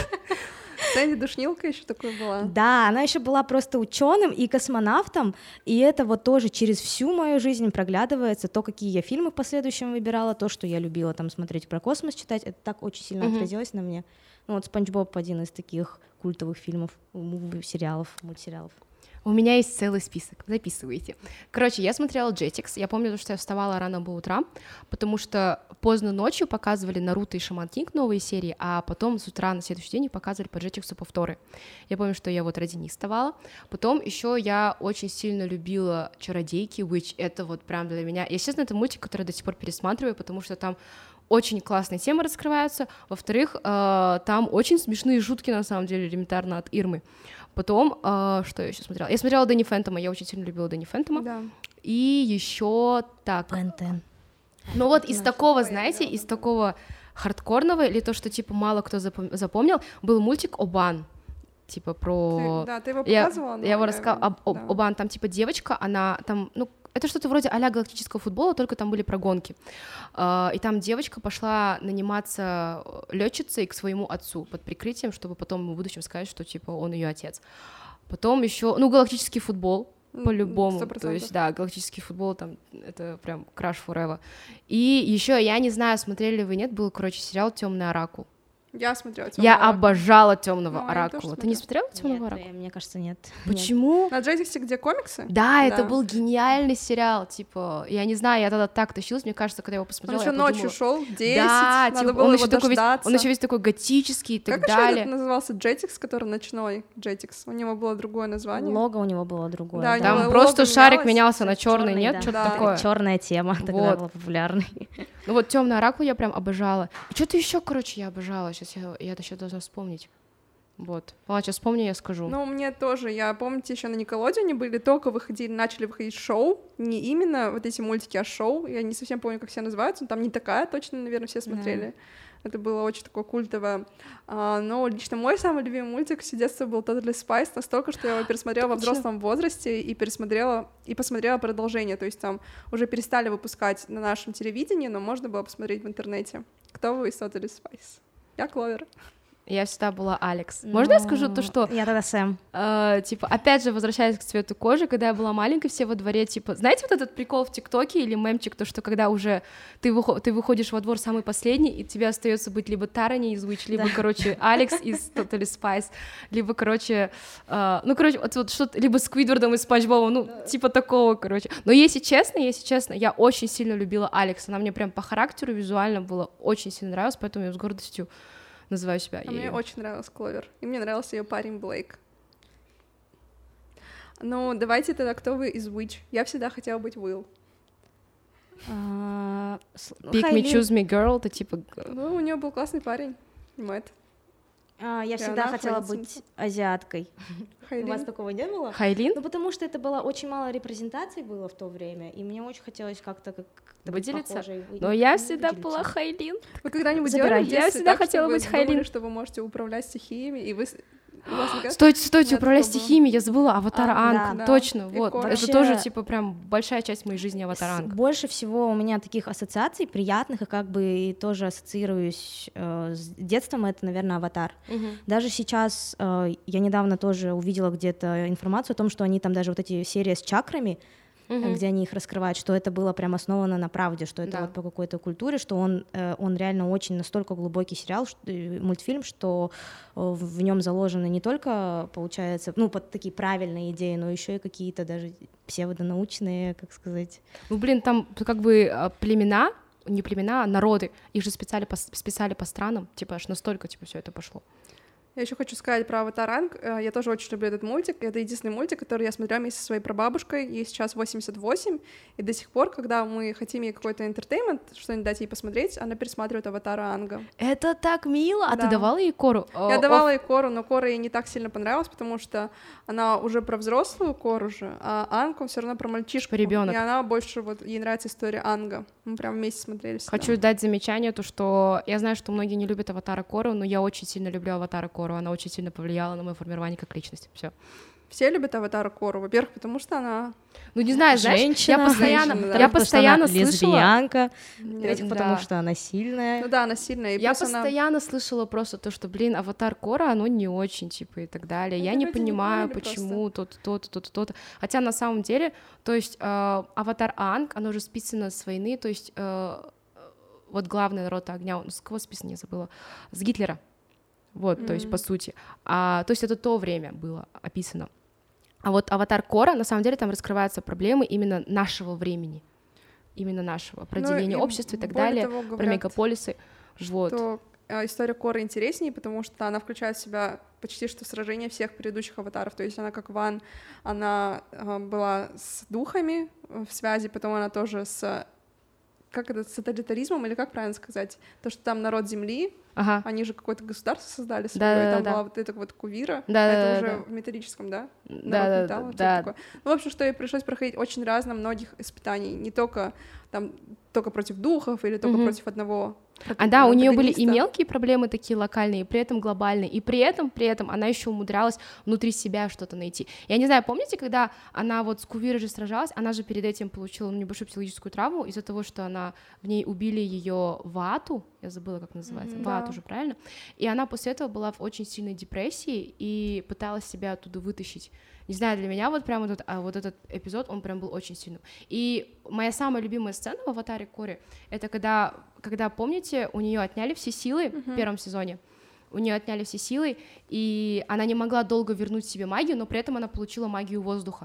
Сэнди душнилка еще такой была. Да, она еще была просто ученым и космонавтом, и это вот тоже через всю мою жизнь проглядывается, то, какие я фильмы в последующем выбирала, то, что я любила там смотреть про космос, читать, это так очень сильно отразилось на мне. Ну вот «Спанч Боб» один из таких культовых фильмов, сериалов, мультсериалов. У меня есть целый список, записывайте. Короче, я смотрела Jetix, я помню, что я вставала рано по утрам, потому что поздно ночью показывали Наруто и Шаман Кинг новые серии, а потом с утра на следующий день показывали по Jetix повторы. Я помню, что я вот ради них вставала. Потом еще я очень сильно любила Чародейки, Witch, это вот прям для меня... Естественно, это мультик, который до сих пор пересматриваю, потому что там очень классные темы раскрываются, во-вторых, там очень смешные шутки, на самом деле, элементарно от Ирмы. Потом, что я еще смотрела? Я смотрела Дэнни Фэнтома, я очень сильно любила Дэнни Фэнтома. Да. И еще так. Бен-10. Ну вот из такого, знаете, из такого хардкорного, или то, что типа мало кто запомнил, был мультик «Обан». Типа про... Ты его показывала? Я его рассказала. «Обан», там типа девочка, она там, ну, это что-то вроде а-ля галактического футбола, только там были про гонки. И там девочка пошла наниматься летчицей к своему отцу под прикрытием, чтобы потом в будущем сказать, что типа он ее отец. Потом еще, ну, галактический футбол, по-любому. 100%. То есть, да, галактический футбол, там, это прям crush forever. И еще, я не знаю, смотрели ли вы, нет, был, короче, сериал «Темный оракул». Я смотрела «Темного Я оракула». обожала «Темного Ну, я оракула». тоже Ты не смотрела «Темного Нет, оракула»? мне кажется, нет. Почему? На Jetix, где комиксы? Да, это был гениальный сериал, типа, я не знаю, я тогда так тащилась, мне кажется, когда я его Он посмотрела, еще я ночью подумала, шел, 10, да, надо типа, было он его еще такой дождаться. он еще весь такой готический и так как далее. еще этот назывался Jetix, который ночной Jetix? У него было другое название. Лого у него было другое. Да, у Там него просто лого шарик менялось. менялся на черный, Чёрный, нет, да. что-то Да. такое. Черная тема тогда Вот. была популярной. Ну вот «Темный оракул» я прям обожала. И что-то еще, короче, я обожала. Сейчас я еще должна вспомнить. Вот. Ладно, сейчас вспомню, я скажу. Ну, мне тоже. Я, помните, еще на Никелодеоне были, только начали выходить шоу. Не именно вот эти мультики, а шоу. Я не совсем помню, как все называются. Но там «Не такая», точно, наверное, все смотрели. Это было очень такое культовое. Но лично мой самый любимый мультик все детство был Totally Spies, настолько, что я его пересмотрела во взрослом возрасте и посмотрела продолжение. То есть там уже перестали выпускать на нашем телевидении, но можно было посмотреть в интернете. Кто вы из Totally Spies? Я Кловер. Я всегда была Алекс. Можно я скажу то, что... Я тогда Сэм. Типа, опять же, возвращаясь к цвету кожи, когда я была маленькой, все во дворе, типа... Знаете вот этот прикол в ТикТоке или мемчик, то, что когда уже ты выходишь во двор самый последний, и тебе остается быть либо Тарани из Witch, либо, короче, Алекс из Totally Spies, либо, короче... вот что-то... Либо Сквидвардом из Спанч Боба, ну, типа такого, короче. Но если честно, я очень сильно любила Алекс. Она мне прям по характеру визуально была очень сильно нравилась, поэтому я с гордостью называю себя ею. Мне очень нравилась Кловер, и мне нравился ее парень Блейк. Ну, давайте тогда, кто вы из Witch? Я всегда хотела быть Уилл. Pick me, choose me, girl, это типа... Ну, у нее был классный парень, Мэтт. Я всегда хотела быть азиаткой. У вас такого не было? Хайлин? Ну, потому что это было очень мало репрезентаций было в то время, и мне очень хотелось как-то выделиться. Но я всегда была Хайлин. Вы когда-нибудь делали? Я всегда хотела быть Хайлин. Что вы можете управлять стихиями, и вы... Стойте, управлять стихиями, я забыла, Аватар Анг, да. точно, вот, Вообще, это тоже, типа, прям большая часть моей жизни Аватар Анг. Больше всего у меня таких ассоциаций приятных, и как бы и тоже ассоциируюсь с детством, это, наверное, Аватар. Даже сейчас я недавно тоже увидела где-то информацию о том, что они там даже вот эти серии с чакрами, где они их раскрывают, что это было прям основано на правде, что это вот по какой-то культуре, что он реально очень настолько глубокий сериал, мультфильм, что в нем заложены не только, получается, ну, под такие правильные идеи, но еще и какие-то даже псевдонаучные, как сказать. Ну, блин, там как бы племена, не племена, а народы, их же списали по странам, типа аж настолько, типа, все это пошло. Я еще хочу сказать про Аватар Анг. Я тоже очень люблю этот мультик. Это единственный мультик, который я смотрела вместе со своей прабабушкой. Ей сейчас 88, и до сих пор, когда мы хотим ей какой-то интертеймент, что-нибудь дать ей посмотреть, она пересматривает Аватара Анга. Это так мило! А ты давала ей Кору? Я давала ей Кору, но Кора ей не так сильно понравилась, потому что она уже про взрослую Кору же, а Анг, он все равно про мальчишку. Ребенок. И она больше, вот, ей нравится история Анга. Мы прям вместе смотрели всегда. Хочу дать замечание, то, что я знаю, что многие не любят Аватара Кору, но я очень сильно люблю Аватара Кору. Она очень сильно повлияла на мое формирование как личность. Все. Все любят Аватара Кору, во-первых, потому что она... Ну, не знаю, женщина, я постоянно слышала... лесбиянка, Нет, потому что она сильная. Ну да, она сильная. Я постоянно слышала просто то, что, блин, Аватар Кора, оно не очень, типа, и так далее. Я не понимаю, почему то-то. Хотя на самом деле, то есть Аватар Анг, оно же списано с войны, то есть вот главный народ огня, с кого списано, я забыла, с Гитлера. Вот, то есть, по сути. То есть это то время было описано. А вот Аватар Кора, на самом деле, там раскрываются проблемы именно нашего времени, именно нашего, про деление общества и так далее, говорят, про мегаполисы. Вот. Что история Коры интереснее, потому что она включает в себя почти что сражение всех предыдущих аватаров. То есть она, как Ван, она была с духами в связи, потом она тоже с... Как это, с тоталитаризмом, или как правильно сказать? То, что там народ Земли, они же какое-то государство создали свое, и там была вот эта вот Кувира, это уже в металлическом, да? Народ металла, такое. Ну, в общем, что ей пришлось проходить очень разно многих испытаний, не только там только против духов или только против одного. Да, у нее были и мелкие проблемы такие локальные, и при этом глобальные, и при этом она еще умудрялась внутри себя что-то найти. Я не знаю, помните, когда она вот с Кувирой же сражалась, она же перед этим получила небольшую психологическую травму из-за того, что в ней убили ее вату, я забыла, как называется, вату же, правильно? И она после этого была в очень сильной депрессии и пыталась себя оттуда вытащить. Не знаю, для меня вот прям вот этот эпизод, он прям был очень сильным. И моя самая любимая сцена в «Аватаре Коре» — это когда, помните, у нее отняли все силы в первом сезоне, у нее отняли все силы, и она не могла долго вернуть себе магию, но при этом она получила магию воздуха.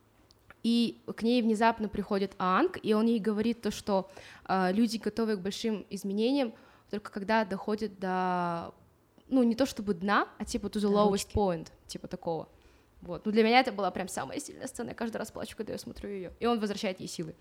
И к ней внезапно приходит Анг, и он ей говорит то, что люди готовы к большим изменениям только когда доходят до, ну, не то чтобы дна, а типа to the lowest point, типа такого. Вот. Ну, для меня это была прям самая сильная сцена, я каждый раз плачу, когда я смотрю ее. И он возвращает ей силы.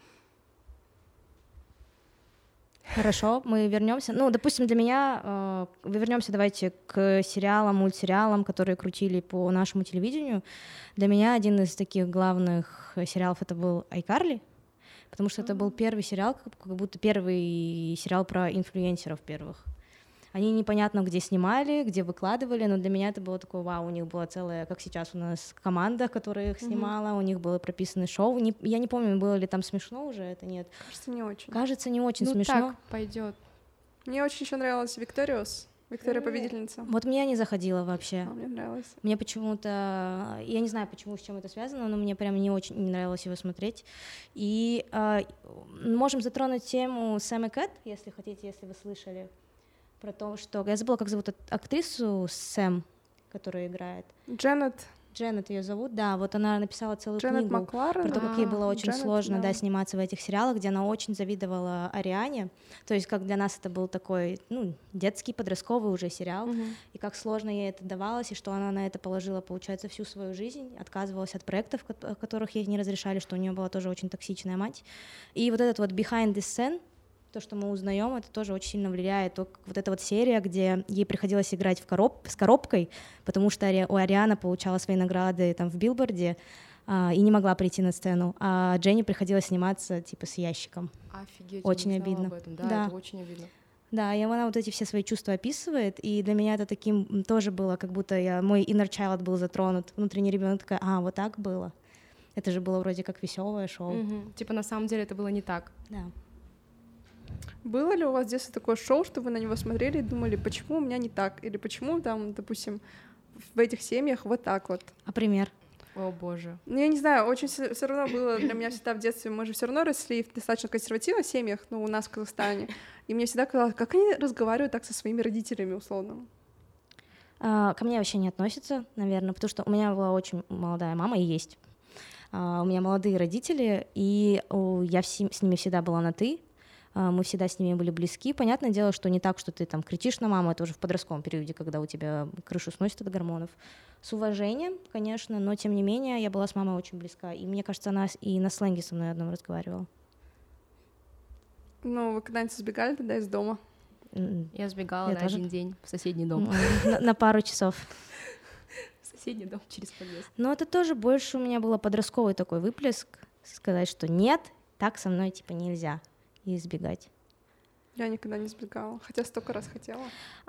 Хорошо, мы вернемся. Ну, допустим, для меня вернемся давайте к сериалам, мультсериалам, которые крутили по нашему телевидению. Для меня один из таких главных сериалов это был iCarly, потому что это был первый сериал, как будто первый сериал про инфлюенсеров первых. Они непонятно где снимали, где выкладывали, но для меня это было такое, вау, у них была целая, как сейчас у нас, команда, которая их снимала, у них было прописано шоу. Я не помню, было ли там смешно уже, это нет. Кажется, не очень. Кажется, не очень ну, смешно. Так пойдет. Мне очень еще нравилась Виктория победительница. Вот мне не заходила вообще. Мне нравилось. Мне почему-то, я не знаю, почему, с чем это связано, но мне прям не очень не нравилось его смотреть. И можем затронуть тему Сэм и Кэт, если хотите, если вы слышали. Про то, что... Я забыла, как зовут актрису Сэм, которая играет. Дженнет ее зовут, да. Вот она написала целую книгу Макларен, про то, как ей было очень сложно, да, сниматься в этих сериалах, где она очень завидовала Ариане. То есть как для нас это был такой, детский, подростковый уже сериал, и как сложно ей это давалось, и что она на это положила, получается, всю свою жизнь, отказывалась от проектов, которых ей не разрешали, что у нее была тоже очень токсичная мать. И вот этот вот behind the scene, то, что мы узнаем, это тоже очень сильно влияет. Вот эта вот серия, где ей приходилось играть с коробкой, потому что у Ариана получала свои награды там в Билборде и не могла прийти на сцену, а Дженни приходилось сниматься типа с ящиком. Офигеть, очень я не знала обидно. об этом. Да, это очень обидно. Да, и она вот эти все свои чувства описывает, и для меня это таким тоже было, как будто мой inner child был затронут, внутренний ребенок такая, вот так было. Это же было вроде как веселое шоу. Типа на самом деле это было не так. Да. Было ли у вас в детстве такое шоу, что вы на него смотрели и думали, почему у меня не так? Или почему там, допустим, в этих семьях вот так вот? А пример? О, боже. Ну, я не знаю, очень все равно было для меня всегда в детстве, мы же все равно росли в достаточно консервативных семьях, у нас в Казахстане, и мне всегда казалось, как они разговаривают так со своими родителями, условно. Ко мне вообще не относятся, наверное, потому что у меня была очень молодая мама и есть. У меня молодые родители, и я с ними всегда была на «ты», мы всегда с ними были близки. Понятное дело, что не так, что ты там кричишь на маму, это уже в подростковом периоде, когда у тебя крышу сносит от гормонов. С уважением, конечно, но тем не менее я была с мамой очень близка, и мне кажется, она и на сленге со мной одном разговаривала. Ну, вы когда-нибудь сбегали тогда из дома? Я сбегала на один день в соседний дом. На пару часов. В соседний дом через подъезд. Но это тоже больше у меня был подростковый такой выплеск, сказать, что нет, так со мной типа нельзя, и избегать. Я никогда не сбегала, хотя столько раз хотела.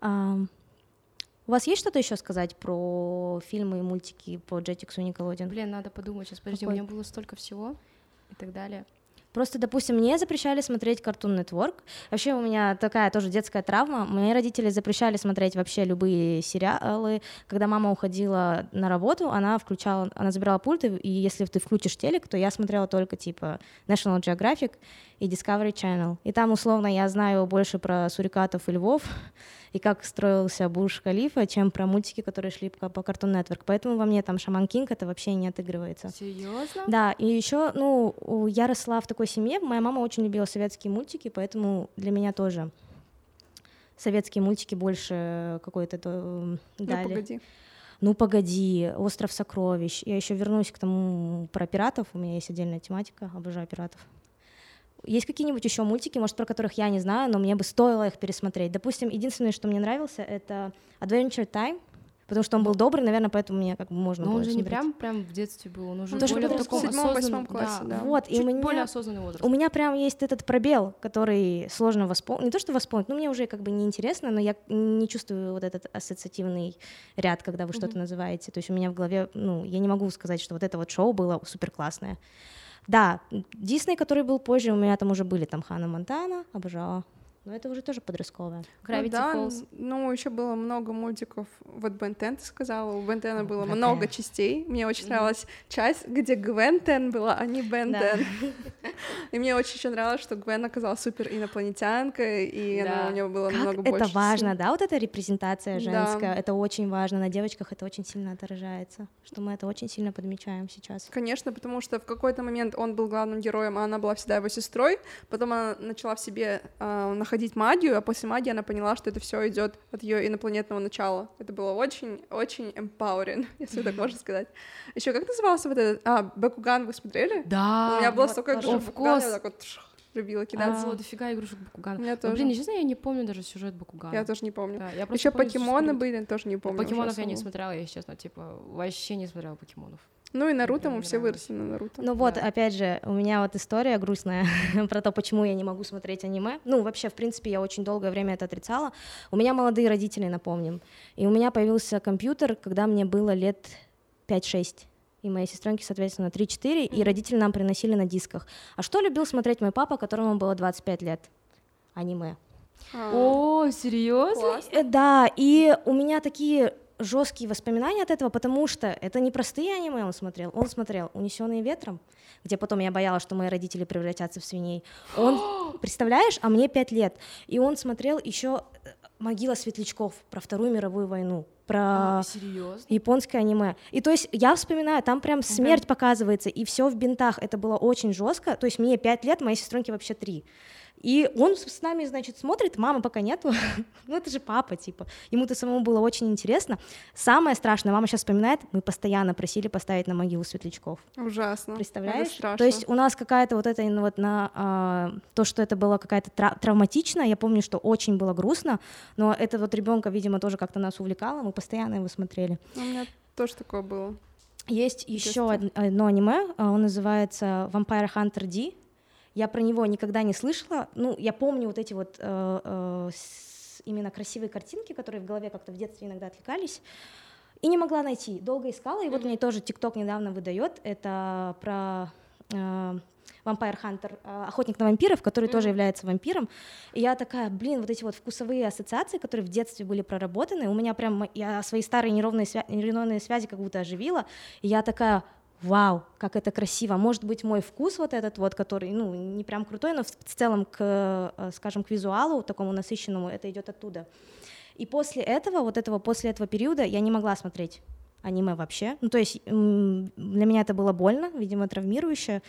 У вас есть что-то еще сказать про фильмы и мультики по Jetix и Nickelodeon? Блин, надо подумать сейчас, подожди, у меня было столько всего и так далее. Просто, допустим, мне запрещали смотреть Cartoon Network. Вообще у меня такая тоже детская травма. Мои родители запрещали смотреть вообще любые сериалы. Когда мама уходила на работу, она забирала пульт, и если ты включишь телек, то я смотрела только типа National Geographic и Discovery Channel. И там, условно, я знаю больше про сурикатов и львов, и как строился Бурдж-Халифа, чем про мультики, которые шли по Cartoon Network. Поэтому во мне там Шаман Кинг это вообще не отыгрывается. Серьезно? Да, и еще, я росла в такой семье, моя мама очень любила советские мультики, поэтому для меня тоже советские мультики больше какой-то дали. Ну, погоди. Ну, погоди, «Остров сокровищ». Я еще вернусь к тому про пиратов, у меня есть отдельная тематика, обожаю пиратов. Есть какие-нибудь еще мультики, может, про которых я не знаю, но мне бы стоило их пересмотреть. Допустим, единственное, что мне нравился, это Adventure Time, потому что он был добрый, наверное, поэтому мне как бы можно было Но он же не смотреть. прям в детстве был, он уже тоже более в таком в 7-8 осознанном классе, да. Вот, и чуть более осознанный возраст. у меня прям есть этот пробел, который сложно восполнить. Не то, что восполнить, но мне уже как бы неинтересно, но я не чувствую вот этот ассоциативный ряд, когда вы что-то называете. То есть у меня в голове, я не могу сказать, что вот это вот шоу было супер классное. Да, Дисней, который был позже, у меня там уже были там Ханна Монтана, обожала. Но это уже тоже подростковое. Gravity Falls. Ну, еще было много мультиков. Вот Бен 10 ты сказала, у Бен 10 было много частей. Мне очень нравилась часть, где Гвен 10 была, а не Бен 10. И мне очень еще нравилось, что Гвен оказалась супер инопланетянкой, и у нее было намного больше. Это важно, да, вот эта репрезентация женская, это очень важно, на девочках это очень сильно отражается, что мы это очень сильно подмечаем сейчас. Конечно, потому что в какой-то момент он был главным героем, а она была всегда его сестрой, потом она начала в себе находить магию, а после магии она поняла, что это все идет от ее инопланетного начала. Это было очень-очень empowering, если так можно сказать. Еще как назывался вот этот... Бакуган вы смотрели? Да. У меня было столько игрушек Бакугана, я так вот любила кидаться. Вот дофига игрушек Бакугана. У меня тоже. Блин, честно, я не помню даже сюжет Бакугана. Я тоже не помню. Да, еще покемоны были, тоже не помню. Покемонов я не смотрела, если честно, вообще не смотрела покемонов. Ну и Наруто, мы все выросли на Наруто. Ну вот, опять же, у меня вот история грустная про то, почему я не могу смотреть аниме. Ну, вообще, в принципе, я очень долгое время это отрицала. У меня молодые родители, напомним. И у меня появился компьютер, когда мне было лет 5-6. И моей сестренке, соответственно, 3-4, и родители нам приносили на дисках. А что любил смотреть мой папа, которому было 25 лет? Аниме. О, серьезно? Да, и у меня такие жесткие воспоминания от этого, потому что это не простые аниме он смотрел «Унесенные ветром», где потом я боялась, что мои родители превратятся в свиней. Он, представляешь, а мне 5 лет, и он смотрел еще «Могила светлячков» про Вторую мировую войну, про японское аниме. И то есть я вспоминаю, там прям смерть показывается, и все в бинтах. Это было очень жестко. То есть мне 5 лет, моей сестренке вообще 3. И он с нами, значит, смотрит, мамы пока нету, ну это же папа, типа, ему-то самому было очень интересно. Самое страшное, мама сейчас вспоминает, мы постоянно просили поставить на могилу светлячков. Ужасно. Представляешь? То есть у нас какая-то вот это, вот то, что это было какая-то травматично, я помню, что очень было грустно, но это вот ребенка, видимо, тоже как-то нас увлекало, мы постоянно его смотрели. У меня тоже такое было. Есть еще одно аниме, он называется Vampire Hunter D. Я про него никогда не слышала. Ну, я помню вот эти вот именно красивые картинки, которые в голове как-то в детстве иногда отвлекались, и не могла найти. Долго искала, и вот мне тоже ТикТок недавно выдает. Это про Vampire Hunter, охотник на вампиров, который тоже является вампиром. И я такая, блин, вот эти вот вкусовые ассоциации, которые в детстве были проработаны, у меня прям, я свои старые нейронные связи как будто оживила, и я такая... Вау, как это красиво. Может быть, мой вкус вот этот вот, который, ну, не прям крутой, но в целом, скажем, к визуалу, такому насыщенному, это идет оттуда. И после этого периода я не могла смотреть аниме вообще. Ну, то есть для меня это было больно, видимо, травмирующе.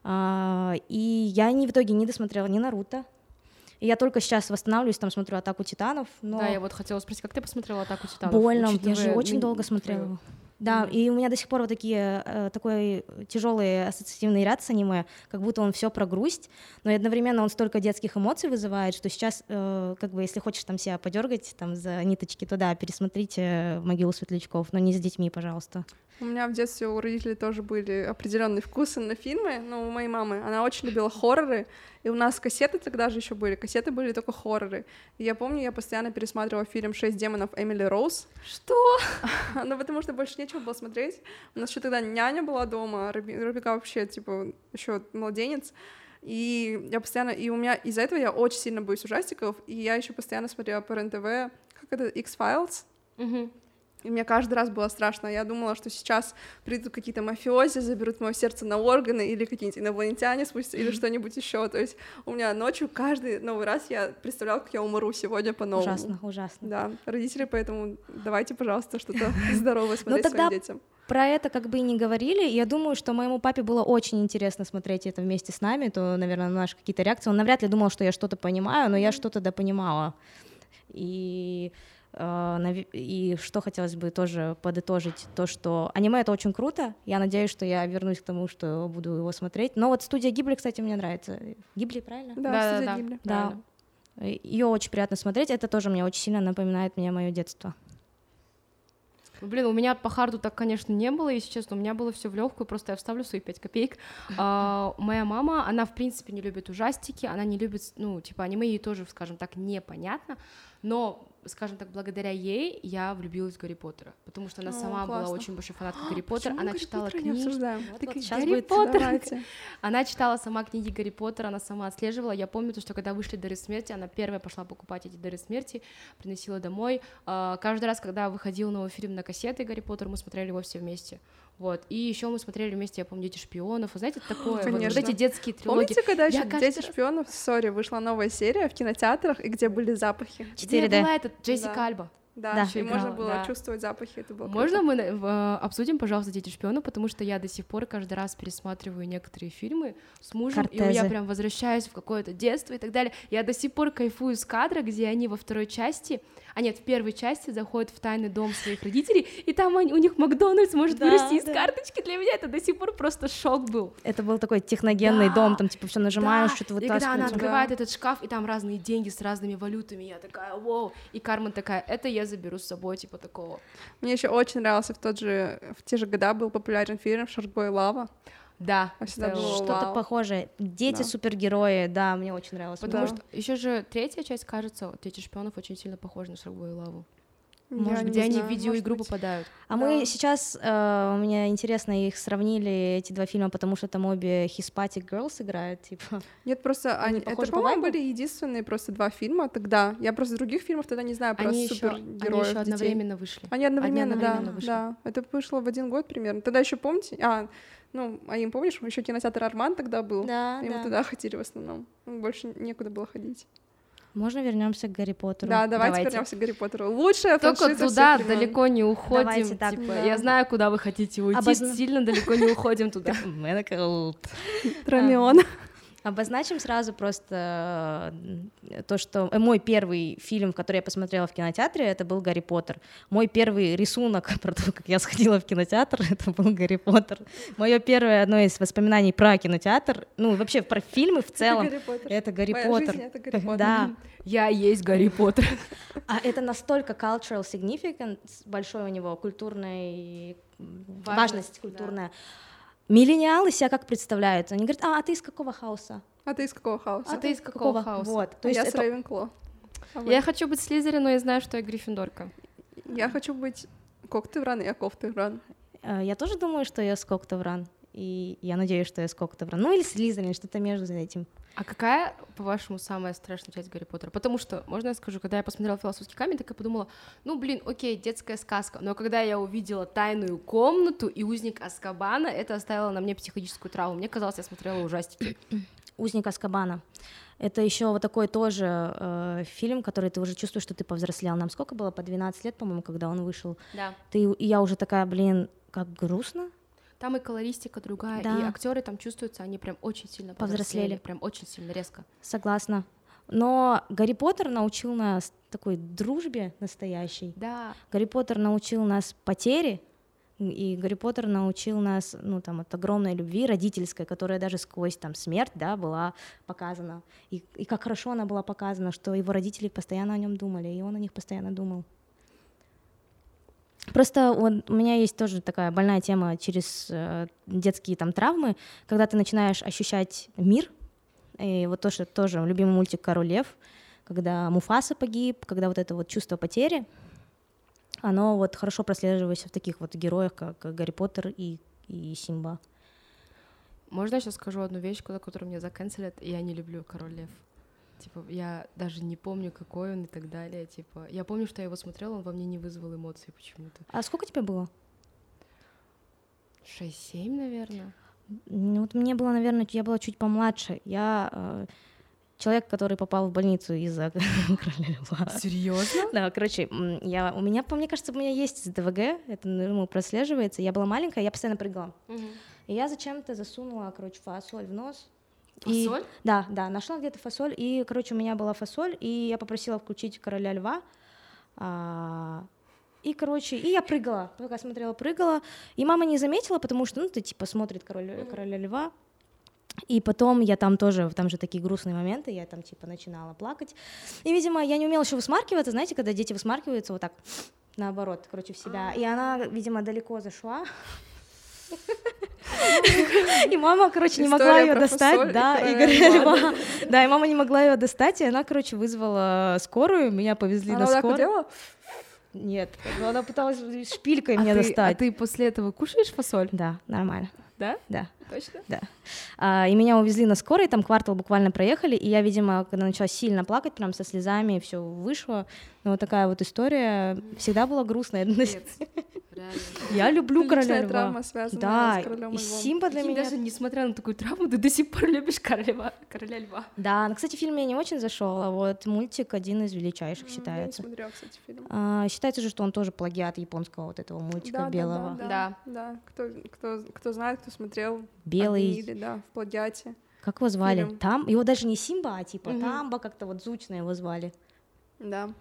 И я в итоге не досмотрела ни Наруто. И я только сейчас восстанавливаюсь, там смотрю «Атаку титанов». Но... Да, я вот хотела спросить, как ты посмотрела «Атаку титанов»? Больно, я же очень долго смотрела его. Да, и у меня до сих пор вот такой тяжелый ассоциативный ряд с аниме, как будто он все про грусть, но и одновременно он столько детских эмоций вызывает, что сейчас, как бы, если хочешь там себя подергать там за ниточки, то да, пересмотрите «Могилу светлячков», но не с детьми, пожалуйста. У меня в детстве у родителей тоже были определенные вкусы на фильмы, но у моей мамы, она очень любила хорроры, и у нас кассеты тогда же еще были, кассеты были только хорроры. И я помню, я постоянно пересматривала фильм «6 демонов» Эмили Роуз. Что? Ну, потому что больше нечего было смотреть. У нас еще тогда няня была дома, Рубика вообще, типа, еще младенец. И я постоянно, и у меня из-за этого я очень сильно боюсь ужастиков, и я еще постоянно смотрела по РЕН-ТВ, как это, X-Files. И мне каждый раз было страшно. Я думала, что сейчас придут какие-то мафиози, заберут мое сердце на органы, или какие-нибудь инопланетяне спустятся, или что-нибудь еще. То есть у меня ночью каждый новый раз я представляла, как я умру сегодня по-новому. Ужасно, ужасно. Да, родители, поэтому давайте, пожалуйста, что-то здоровое смотреть своим детям. Про это как бы и не говорили, и я думаю, что моему папе было очень интересно смотреть это вместе с нами, то, наверное, на наши какие-то реакции. Он навряд ли думал, что я что-то понимаю, но я что-то допонимала. И что хотелось бы тоже подытожить, то, что аниме — это очень круто, я надеюсь, что я вернусь к тому, что буду его смотреть, но вот студия Гибли, кстати, мне нравится. Гибли, правильно? Да, студия Гибли. Да, ее очень приятно смотреть, это тоже мне очень сильно напоминает мне мое детство. Блин, у меня по харду так, конечно, не было, если честно, у меня было все в легкую, просто я вставлю свои 5 копеек. Моя мама, она, в принципе, не любит ужастики, она не любит, ну, типа, аниме ей тоже, скажем так, непонятно, но, скажем так, благодаря ей я влюбилась в Гарри Поттера, потому что она сама была очень большой фанаткой Гарри Поттера, она читала книги. Гарри Поттер. Она читала сама книги Гарри Поттера, она сама отслеживала. Я помню, что когда вышли «Дары смерти», она первая пошла покупать эти «Дары смерти», приносила домой. Каждый раз, когда выходил новый фильм на кассеты «Гарри Поттер», мы смотрели его все вместе. Вот. И еще мы смотрели вместе, я помню, «Дети шпионов». Вы знаете, такое, вот эти детские трилогии. Помните, когда еще «Дети шпионов», вышла новая серия в кинотеатрах, и где были запахи? 4D. Где была эта Джессика Альба? Да, и можно было чувствовать запахи, это было Можно круто. мы обсудим, пожалуйста, «Дети шпионов», потому что я до сих пор каждый раз пересматриваю некоторые фильмы с мужем, и я прям возвращаюсь в какое-то детство и так далее. Я до сих пор кайфую с кадра, где они во второй части, в первой части заходят в тайный дом своих родителей, и там у них Макдональдс может вырасти из карточки. Для меня это до сих пор просто шок был. Это был такой техногенный дом, там типа все нажимаешь, что-то вытаскиваешь. И когда она открывает этот шкаф, и там разные деньги с разными валютами, я такая, вау, и Кармен такая, это я заберу с собой, типа такого. Мне еще очень нравился в те же года был популярен фильм «Шаркбой Лава». Да, что-то похожее. Дети-супергерои, да, мне очень нравилось. Потому что еще же третья часть, кажется, «Дети шпионов» очень сильно похожи на «Шаркбой Лаву». Где они в видеоигру попадают. Мы сейчас, у меня интересно, их сравнили, эти два фильма, потому что там обе Hispanic Girls играют, типа. Нет, просто это, по-моему, были единственные просто два фильма тогда. Я просто других фильмов тогда не знаю про супергероев. Они еще одновременно вышли. Они одновременно, да. Это вышло в один год примерно. Тогда еще помните? Им, помнишь, еще кинотеатр «Арман» тогда был? Да, и мы туда ходили в основном. Больше некуда было ходить. Можно вернемся к Гарри Поттеру? Да, давайте вернемся к Гарри Поттеру. Лучшая франшиза всех времен. Только туда далеко не уходим. Давайте так. Я знаю, куда вы хотите уйти, сильно далеко не уходим туда. Тромион. Обозначим сразу просто то, что мой первый фильм, который я посмотрела в кинотеатре, это был «Гарри Поттер». Мой первый рисунок про то, как я сходила в кинотеатр, это был «Гарри Поттер». Мое первое одно из воспоминаний про кинотеатр, ну вообще про фильмы в целом, это «Гарри Поттер». Жизнь — это Гарри Поттер. Да. Я есть Гарри Поттер. А это настолько cultural significance, большой у него культурная важность культурная. Да. Миллениалы себя как представляют? Они говорят, а ты из какого хауса? А ты из какого хауса? А ты из какого хауса? Вот, То есть я с Рейвенкло. Я хочу быть Слизерин, но я знаю, что я Гриффиндорка. Я хочу быть Коктевран, я Коктевран. Я тоже думаю, что я Коктевран. И я надеюсь, что я Коктевран. Ну или Слизерин, что-то между этим. А какая, по-вашему, самая страшная часть Гарри Поттера? Потому что, можно я скажу, когда я посмотрела «Философский камень», так я подумала, ну, блин, окей, детская сказка, но когда я увидела «Тайную комнату» и «Узник Азкабана», это оставило на мне психологическую травму. Мне казалось, я смотрела ужастики. «Узник Азкабана». Это еще вот такой тоже фильм, который ты уже чувствуешь, что ты повзрослел. Нам сколько было? По 12 лет, по-моему, когда он вышел. Да. И я уже такая, блин, как грустно. Там и колористика другая, да. и актеры там чувствуются, они прям очень сильно повзрослели. Прям очень сильно, резко. Согласна. Но Гарри Поттер научил нас такой дружбе настоящей. Да. Гарри Поттер научил нас потере, и Гарри Поттер научил нас, ну, там, от огромной любви родительской, которая даже сквозь там смерть, да, была показана. И как хорошо она была показана, что его родители постоянно о нем думали, и он о них постоянно думал. Просто вот у меня есть тоже такая больная тема через детские там травмы, когда ты начинаешь ощущать мир, и вот тоже любимый мультик «Король Лев», когда Муфаса погиб, когда вот это вот чувство потери, оно вот хорошо прослеживается в таких вот героях, как Гарри Поттер и Симба. Можно я сейчас скажу одну вещь, которую мне заканцелят, и я не люблю «Король Лев». Типа, я даже не помню, какой он и так далее. Типа, я помню, что я его смотрела, он во мне не вызвал эмоций почему-то. А сколько тебе было? 6-7, наверное. Ну, вот мне было, наверное, я была чуть помладше. Я человек, который попал в больницу из-за «Короля Льва». Серьезно? Да, короче, мне кажется, у меня есть ДВГ, это прослеживается. Я была маленькая, я постоянно прыгала. И я зачем-то засунула, фасоль в нос. Фасоль? Да, нашла где-то фасоль, и, у меня была фасоль, и я попросила включить «Короля Льва», и я прыгала, пока смотрела, прыгала, и мама не заметила, потому что, ты типа смотрит «Короля Льва», и потом я там же такие грустные моменты, я там типа начинала плакать, и, видимо, я не умела еще высмаркиваться, знаете, когда дети высмаркиваются вот так, наоборот, в себя, и она, видимо, далеко зашла. И мама, не могла ее достать, да, и Льва. Да, и мама не могла ее достать, и она, вызвала скорую, меня повезли на скорую. Она так делала? Нет, она пыталась шпилькой меня достать. А ты после этого кушаешь фасоль? Да, нормально. Да? Да. Точно? Да. И меня увезли на скорой, там квартал буквально проехали, и я, видимо, когда начала сильно плакать, прям со слезами, все вышло. Но вот такая вот история всегда была грустная. Я люблю «Короля Льва». Травма, связанная с «Королем Львом». И Симба для меня... Даже несмотря на такую травму, ты до сих пор любишь «Короля Льва». Да, но, кстати, фильм мне не очень зашел, а вот мультик один из величайших считается. Я не смотрела, кстати, фильм. Считается же, что он тоже плагиат японского вот этого мультика белого. Да. Кто знает, кто смотрел. Белый. Или, в плагиате. Как его звали? Фильм. Там? Его даже не Симба, а типа Тамба, как-то вот звучно его звали. Да.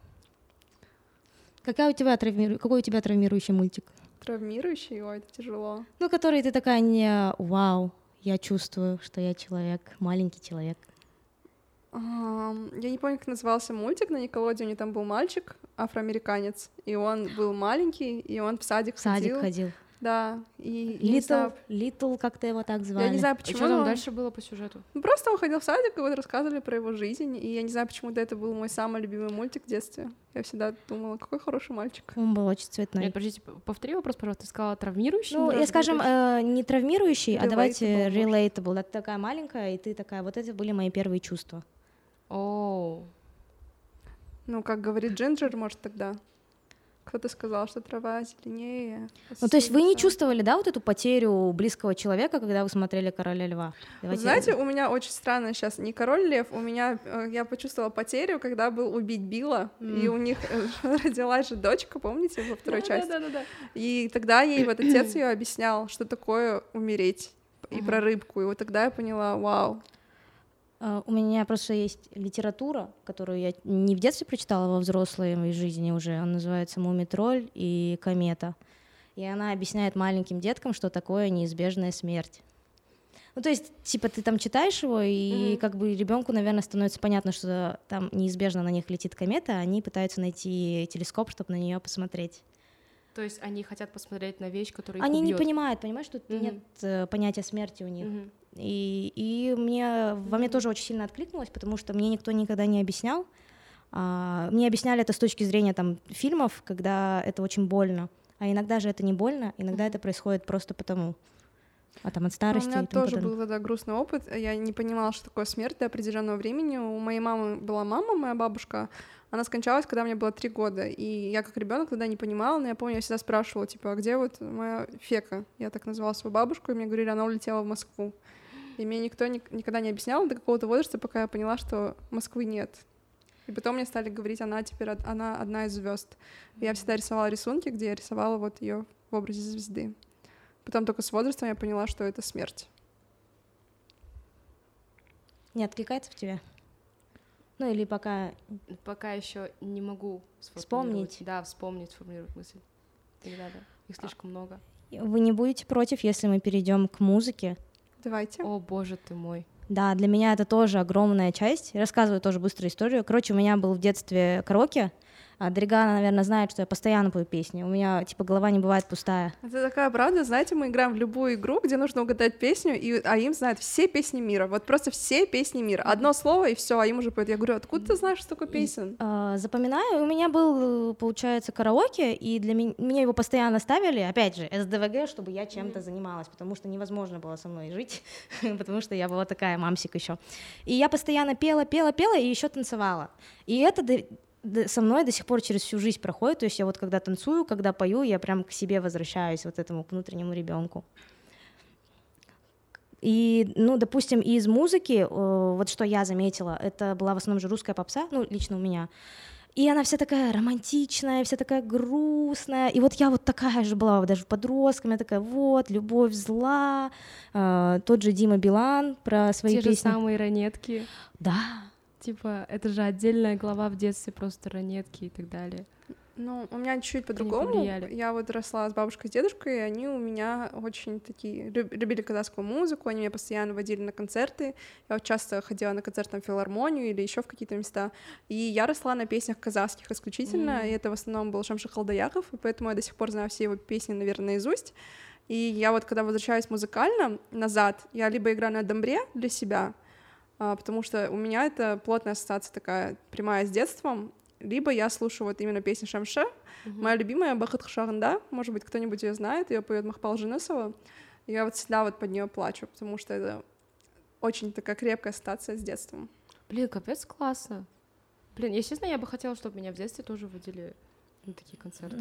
Какой у тебя травмирующий мультик? Травмирующий? Ой, это тяжело. Который ты такая не вау, я чувствую, что я человек, маленький человек. Я не помню, как назывался мультик на Никелодеоне, там был мальчик, афроамериканец, и он был маленький, и он в садик ходил. Да, и Литл, как-то его так звали. Я не знаю, почему. И что там дальше было по сюжету? Просто он ходил в садик, и вот рассказывали про его жизнь, и я не знаю, почему это был мой самый любимый мультик в детстве. Я всегда думала, какой хороший мальчик. Он был очень цветной. Нет, подождите, повтори вопрос, пожалуйста. Ты сказала травмирующий? Я, скажем, не травмирующий, а давайте relatable. Да, ты такая маленькая, и ты такая, вот это были мои первые чувства. Оу. Как говорит Джинджер, может, тогда... Кто-то сказал, что трава зеленее. То есть вы не чувствовали, да, вот эту потерю близкого человека, когда вы смотрели «Короля Льва»? Знаете, у меня очень странно сейчас не «Король Лев», я почувствовала потерю, когда был «Убить Билла», и у них родилась же дочка, помните, во второй части? Да. И тогда ей вот отец ее объяснял, что такое умереть, и про рыбку, и вот тогда я поняла, вау. У меня просто есть литература, которую я не в детстве прочитала, во взрослой жизни уже. Она называется «Мумий-тролль» и «Комета». И она объясняет маленьким деткам, что такое неизбежная смерть. Ну, то есть, типа, ты там читаешь его, и как бы ребенку, наверное, становится понятно, что там неизбежно на них летит комета, а они пытаются найти телескоп, чтобы на нее посмотреть. То есть они хотят посмотреть на вещь, которая их Они убьет. не понимают, понимаешь, что нет понятия смерти у них. И во мне тоже очень сильно откликнулось, потому что мне никто никогда не объяснял. Мне объясняли это с точки зрения там фильмов, когда это очень больно. А иногда же это не больно, иногда это происходит просто потому. Там от старости. У меня и тому тоже подобное. был тогда грустный опыт. Я не понимала, что такое смерть до определенного времени. У моей мамы была мама, моя бабушка. Она скончалась, когда мне было 3 года. И я как ребенок тогда не понимала, но я помню, я всегда спрашивала, типа, а где вот моя Фека? Я так называла свою бабушку, и мне говорили, она улетела в Москву. И мне никто никогда не объяснял до какого-то возраста, пока я поняла, что Москвы нет. И потом мне стали говорить, она теперь она одна из звезд. И я всегда рисовала рисунки, где я рисовала вот ее в образе звезды. Потом только с возрастом я поняла, что это смерть. Не откликается в тебе? Ну или пока... Пока еще не могу вспомнить. Да, сформулировать мысль. Тогда да. Их слишком много. Вы не будете против, если мы перейдем к музыке? Давайте. О, боже ты мой. Да, для меня это тоже огромная часть. Рассказываю тоже быструю историю. Короче, у меня был в детстве караоке. Дригана, наверное, знает, что я постоянно пою песни. У меня, типа, голова не бывает пустая. Это такая правда, знаете, мы играем в любую игру, где нужно угадать песню, а им знают все песни мира. Вот просто все песни мира. Одно слово, и все, а им уже поют. Я говорю, откуда ты знаешь, что такое песен? Запоминаю. У меня был, получается, караоке, и для меня его постоянно ставили, опять же, СДВГ, чтобы я чем-то занималась, потому что невозможно было со мной жить, потому что я была такая мамсик еще. И я постоянно пела, и еще танцевала. И это со мной до сих пор через всю жизнь проходит, то есть я вот когда танцую, когда пою, я прям к себе возвращаюсь, вот этому к внутреннему ребенку. И, ну, допустим, из музыки, вот что я заметила, это была в основном же русская попса, ну, лично у меня, и она вся такая романтичная, вся такая грустная, и вот я вот такая же была даже подростком, я такая, вот, любовь зла, тот же Дима Билан про свои песни. Те же самые ранетки. Да. Типа, это же отдельная глава в детстве, просто ранетки и так далее. Ну, у меня чуть-чуть по-другому. Я вот росла с бабушкой, с дедушкой, и они у меня очень такие... любили казахскую музыку, они меня постоянно водили на концерты. Я вот часто ходила на концерт в филармонию или еще в какие-то места. И я росла на песнях казахских исключительно, и это в основном был Шамши Халдаяков, и поэтому я до сих пор знаю все его песни, наверное, наизусть. И я вот, когда возвращаюсь музыкально назад, я либо играю на домбре для себя, потому что у меня это плотная ассоциация такая прямая с детством, либо я слушаю вот именно песню Шамши. Моя любимая «Бахыт Хшагында», может быть, кто-нибудь ее знает, ее поет Махпал Жинусова. Я вот всегда вот под нее плачу, потому что это очень такая крепкая ассоциация с детством. Блин, капец классно. Блин, естественно, я бы хотела, чтобы меня в детстве тоже водили на такие концерты.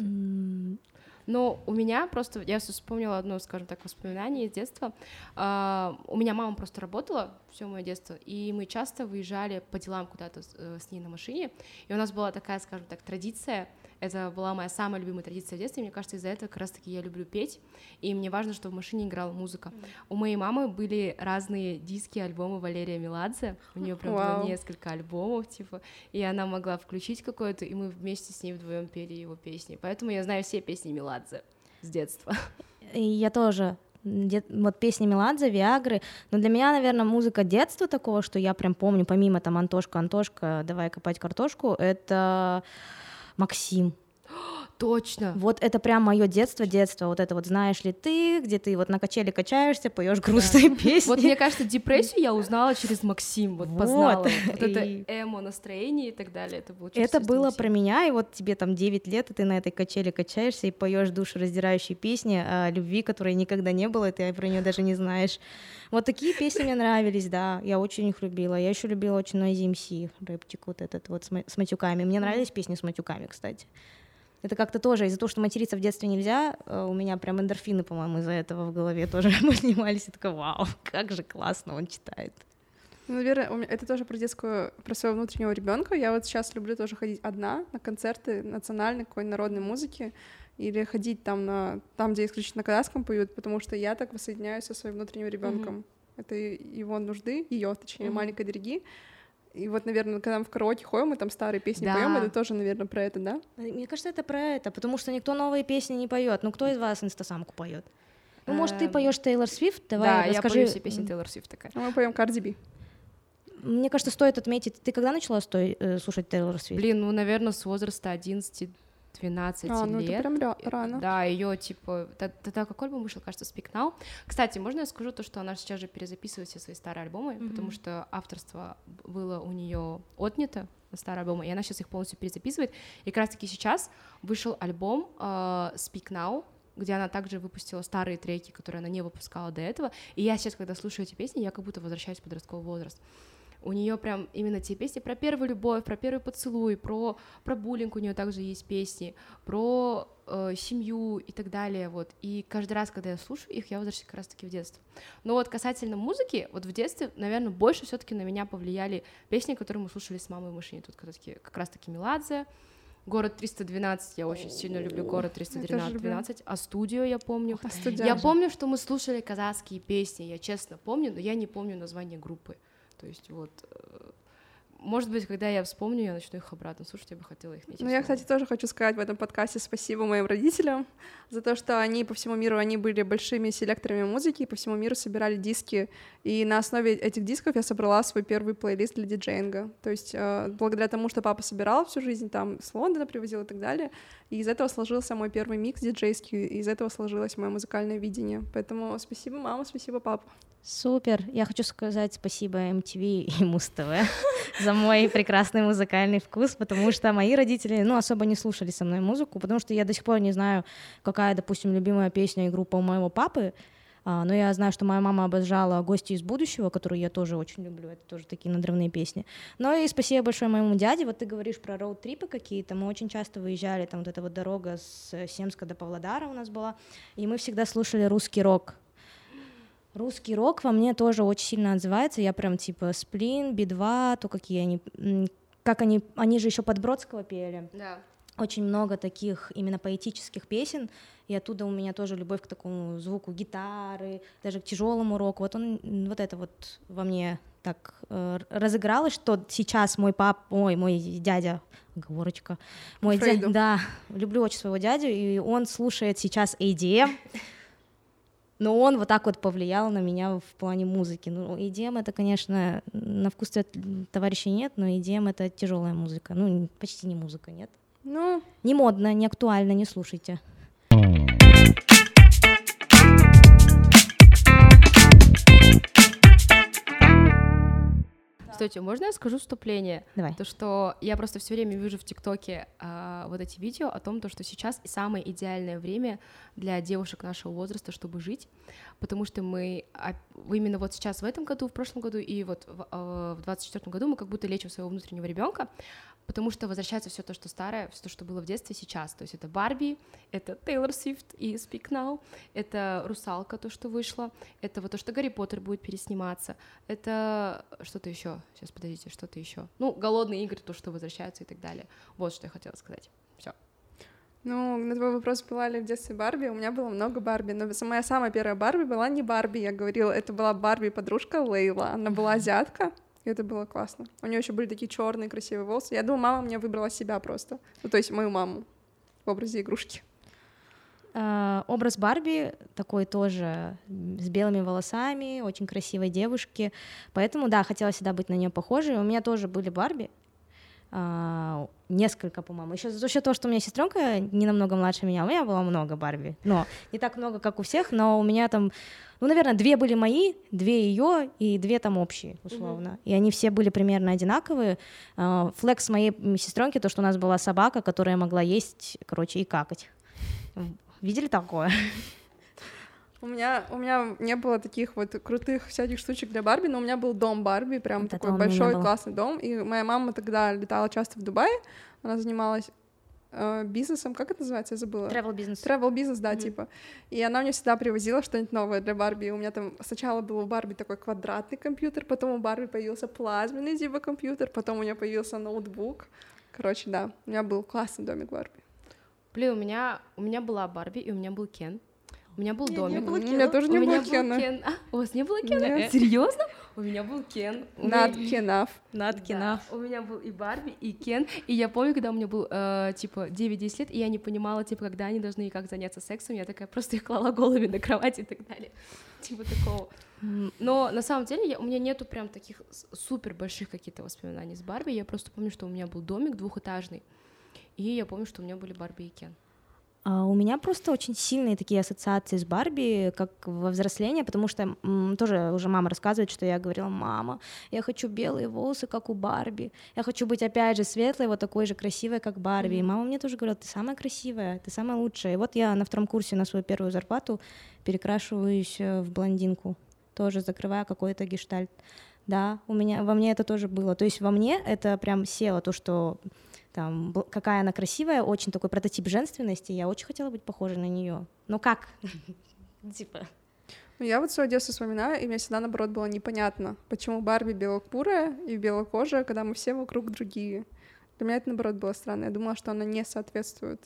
Но у меня просто, я вспомнила одно, скажем так, воспоминание из детства. У меня мама просто работала все мое детство, и мы часто выезжали по делам куда-то с ней на машине, и у нас была такая, скажем так, традиция. Это была моя самая любимая традиция в детстве, и мне кажется, из-за этого как раз-таки я люблю петь, и мне важно, чтобы в машине играла музыка. У моей мамы были разные диски, альбомы Валерия Меладзе, у нее прям было несколько альбомов, типа, и она могла включить какой-то, и мы вместе с ней вдвоем пели его песни, поэтому я знаю все песни Меладзе с детства. И я тоже. Вот песни Меладзе, Виагры, но для меня, наверное, музыка детства такого, что я прям помню, помимо там Антошка, давай копать картошку, это Максим. Точно. Вот это прям мое детство, вот это вот знаешь ли ты, где ты вот на качели качаешься, поешь грустные песни. Вот мне кажется, депрессию я узнала через Максим, вот познала. Вот это эмо-настроение и так далее. Это было про меня, и вот тебе там 9 лет, и ты на этой качели качаешься и поешь душераздирающие песни о любви, которой никогда не было, и ты про нее даже не знаешь. Вот такие песни мне нравились, да, я очень их любила. Я еще любила очень Noisy MC, рэпчик вот этот вот с матюками. Мне нравились песни с матюками, кстати. Это как-то тоже из-за того, что материться в детстве нельзя, у меня прям эндорфины, по-моему, из-за этого в голове тоже поднимались. Я такая, вау, как же классно он читает. Ну, наверное, это тоже про детскую, про своего внутреннего ребенка. Я вот сейчас люблю тоже ходить одна на концерты национальной какой-нибудь народной музыки или ходить там, где исключительно на казахском поют, потому что я так воссоединяюсь со своим внутренним ребенком. это его нужды, ее, точнее, маленькой дороги. И вот, наверное, когда мы в караоке ходим, мы там старые песни поем, это тоже, наверное, про это, да? Мне кажется, это про это, потому что никто новые песни не поет. Ну, кто из вас инстасамку поет? Ну, может, ты поешь Тейлор Свифт? Давай, расскажи. Да, я пою все песни Тейлор Свифт такая. А мы поем Cardi B. Мне кажется, стоит отметить, ты когда начала слушать Тейлор Свифт? Блин, ну, наверное, с возраста 11-12 ну лет. Это прям рано. Да, ее типа... Тогда какой альбом вышел? Кажется, Speak Now. Кстати, можно я скажу то, что она сейчас же перезаписывает все свои старые альбомы, потому что авторство было у нее отнято на старые альбомы, и она сейчас их полностью перезаписывает. И как раз-таки сейчас вышел альбом Speak Now, где она также выпустила старые треки, которые она не выпускала до этого. И я сейчас, когда слушаю эти песни, я как будто возвращаюсь в подростковый возраст. У нее прям именно те песни про первую любовь, про первый поцелуй, про буллинг у нее также есть песни, про семью и так далее, вот. И каждый раз, когда я слушаю их, я возвращаюсь как раз-таки в детство. Но вот касательно музыки, вот в детстве, наверное, больше все-таки на меня повлияли песни, которые мы слушали с мамой в машине. Тут как раз-таки Меладзе, «Город 312», я очень сильно люблю «Город 312», а «Студио» я помню. Я помню, что мы слушали казахские песни, я честно помню, но я не помню название группы. То есть вот, может быть, когда я вспомню, я начну их обратно слушать, я бы хотела их найти. Ну, я, кстати, тоже хочу сказать в этом подкасте спасибо моим родителям за то, что они по всему миру, они были большими селекторами музыки, и по всему миру собирали диски, и на основе этих дисков я собрала свой первый плейлист для диджеинга. То есть благодаря тому, что папа собирал всю жизнь, там, с Лондона привозил и так далее, и из этого сложился мой первый микс диджейский, и из этого сложилось мое музыкальное видение. Поэтому спасибо, мама, спасибо, папа. Супер. Я хочу сказать спасибо MTV и Муз-ТВ за мой прекрасный музыкальный вкус, потому что мои родители, особо не слушали со мной музыку, потому что я до сих пор не знаю, какая, допустим, любимая песня и группа у моего папы, но я знаю, что моя мама обожала «Гости из будущего», которую я тоже очень люблю, это тоже такие надрывные песни. Ну и спасибо большое моему дяде. Вот ты говоришь про роуд-трипы какие-то, мы очень часто выезжали, там вот эта вот дорога с Семска до Павлодара у нас была, и мы всегда слушали русский рок. Русский рок во мне тоже очень сильно отзывается. Я прям типа Сплин, Би-2, то какие они же еще под Бродского пели. Да. Очень много таких именно поэтических песен, и оттуда у меня тоже любовь к такому звуку гитары, даже к тяжелому року. Вот это вот во мне так разыгралось, что сейчас мой дядя, оговорочка, мой дядя, да, люблю очень своего дядю, и он слушает сейчас EDM. Но он вот так вот повлиял на меня в плане музыки. Ну, EDM — это, конечно, на вкус товарищей нет, но EDM — это тяжелая музыка. Ну, почти не музыка, нет? Ну, не модно, не актуально, не слушайте. Стойте, можно я скажу вступление? Давай. То, что я просто все время вижу в ТикТоке вот эти видео о том, что сейчас самое идеальное время для девушек нашего возраста, чтобы жить, потому что мы именно вот сейчас в этом году, в прошлом году и вот в 24-м году мы как будто лечим своего внутреннего ребенка, потому что возвращается все то, что старое, все то, что было в детстве, сейчас. То есть это Барби, это Тейлор Свифт и Speak Now, это Русалка, то, что вышло, это вот то, что Гарри Поттер будет пересниматься, это что-то еще. Сейчас, подождите, что-то еще. Ну, голодные игры, то, что возвращаются и так далее. Вот что я хотела сказать. Все. Ну, на твой вопрос, была ли в детстве Барби, у меня было много Барби, но моя самая первая Барби была не Барби, я говорила, это была Барби-подружка Лейла, она была азиатка. И это было классно. У нее еще были такие черные красивые волосы. Я думаю, мама мне выбрала себя просто. Ну, то есть мою маму в образе игрушки. Образ Барби такой тоже с белыми волосами, очень красивой девушки. Поэтому, да, хотела всегда быть на нее похожей. У меня тоже были Барби. Несколько, по-моему. Еще за счет того, что у меня сестренка не намного младше меня, у меня было много Барби. Но не так много, как у всех, но у меня там, наверное, 2 были мои, 2 ее и 2 там общие, условно. И они все были примерно одинаковые. Флекс моей сестренки, то, что у нас была собака, которая могла есть, и какать. Видели такое? У меня не было таких вот крутых всяких штучек для Барби, но у меня был дом Барби, прям вот такой большой классный дом. И моя мама тогда летала часто в Дубай, она занималась бизнесом, как это называется, я забыла. Travel бизнес. Travel бизнес, да, типа. И она мне всегда привозила что-нибудь новое для Барби. И у меня там сначала был у Барби такой квадратный компьютер, потом у Барби появился плазменный типа компьютер, потом у нее появился ноутбук. Короче, да, у меня был классный домик Барби. Блин, у меня была Барби, и у меня был Кен. У меня был домик. У меня тоже не было Кена. У вас не было Кена? Серьезно? У меня был Кен. Not Kenaf. У меня был и Барби, и Кен. И я помню, когда у меня был, типа, 9-10 лет, и я не понимала, типа, когда они должны и как заняться сексом, я такая просто их клала голыми на кровать и так далее. Типа такого. Но на самом деле у меня нету прям таких супер больших каких-то воспоминаний с Барби. Я просто помню, что у меня был домик двухэтажный, и я помню, что у меня были Барби и Кен. У меня просто очень сильные такие ассоциации с Барби, как во взрослении, потому что тоже уже мама рассказывает, что я говорила: мама, я хочу белые волосы, как у Барби, я хочу быть опять же светлой, вот такой же красивой, как Барби. И мама мне тоже говорила: ты самая красивая, ты самая лучшая. И вот я на 2 курсе на свою первую зарплату перекрашиваюсь в блондинку, тоже закрывая какой-то гештальт. Да, во мне это тоже было. То есть во мне это прям село, то, что там, какая она красивая, очень такой прототип женственности, я очень хотела быть похожей на нее. Но как? Типа. Я вот свое детство вспоминаю, и мне всегда, наоборот, было непонятно, почему Барби белокурая и белокожая, когда мы все вокруг другие. Для меня это, наоборот, было странно. Я думала, что она не соответствует.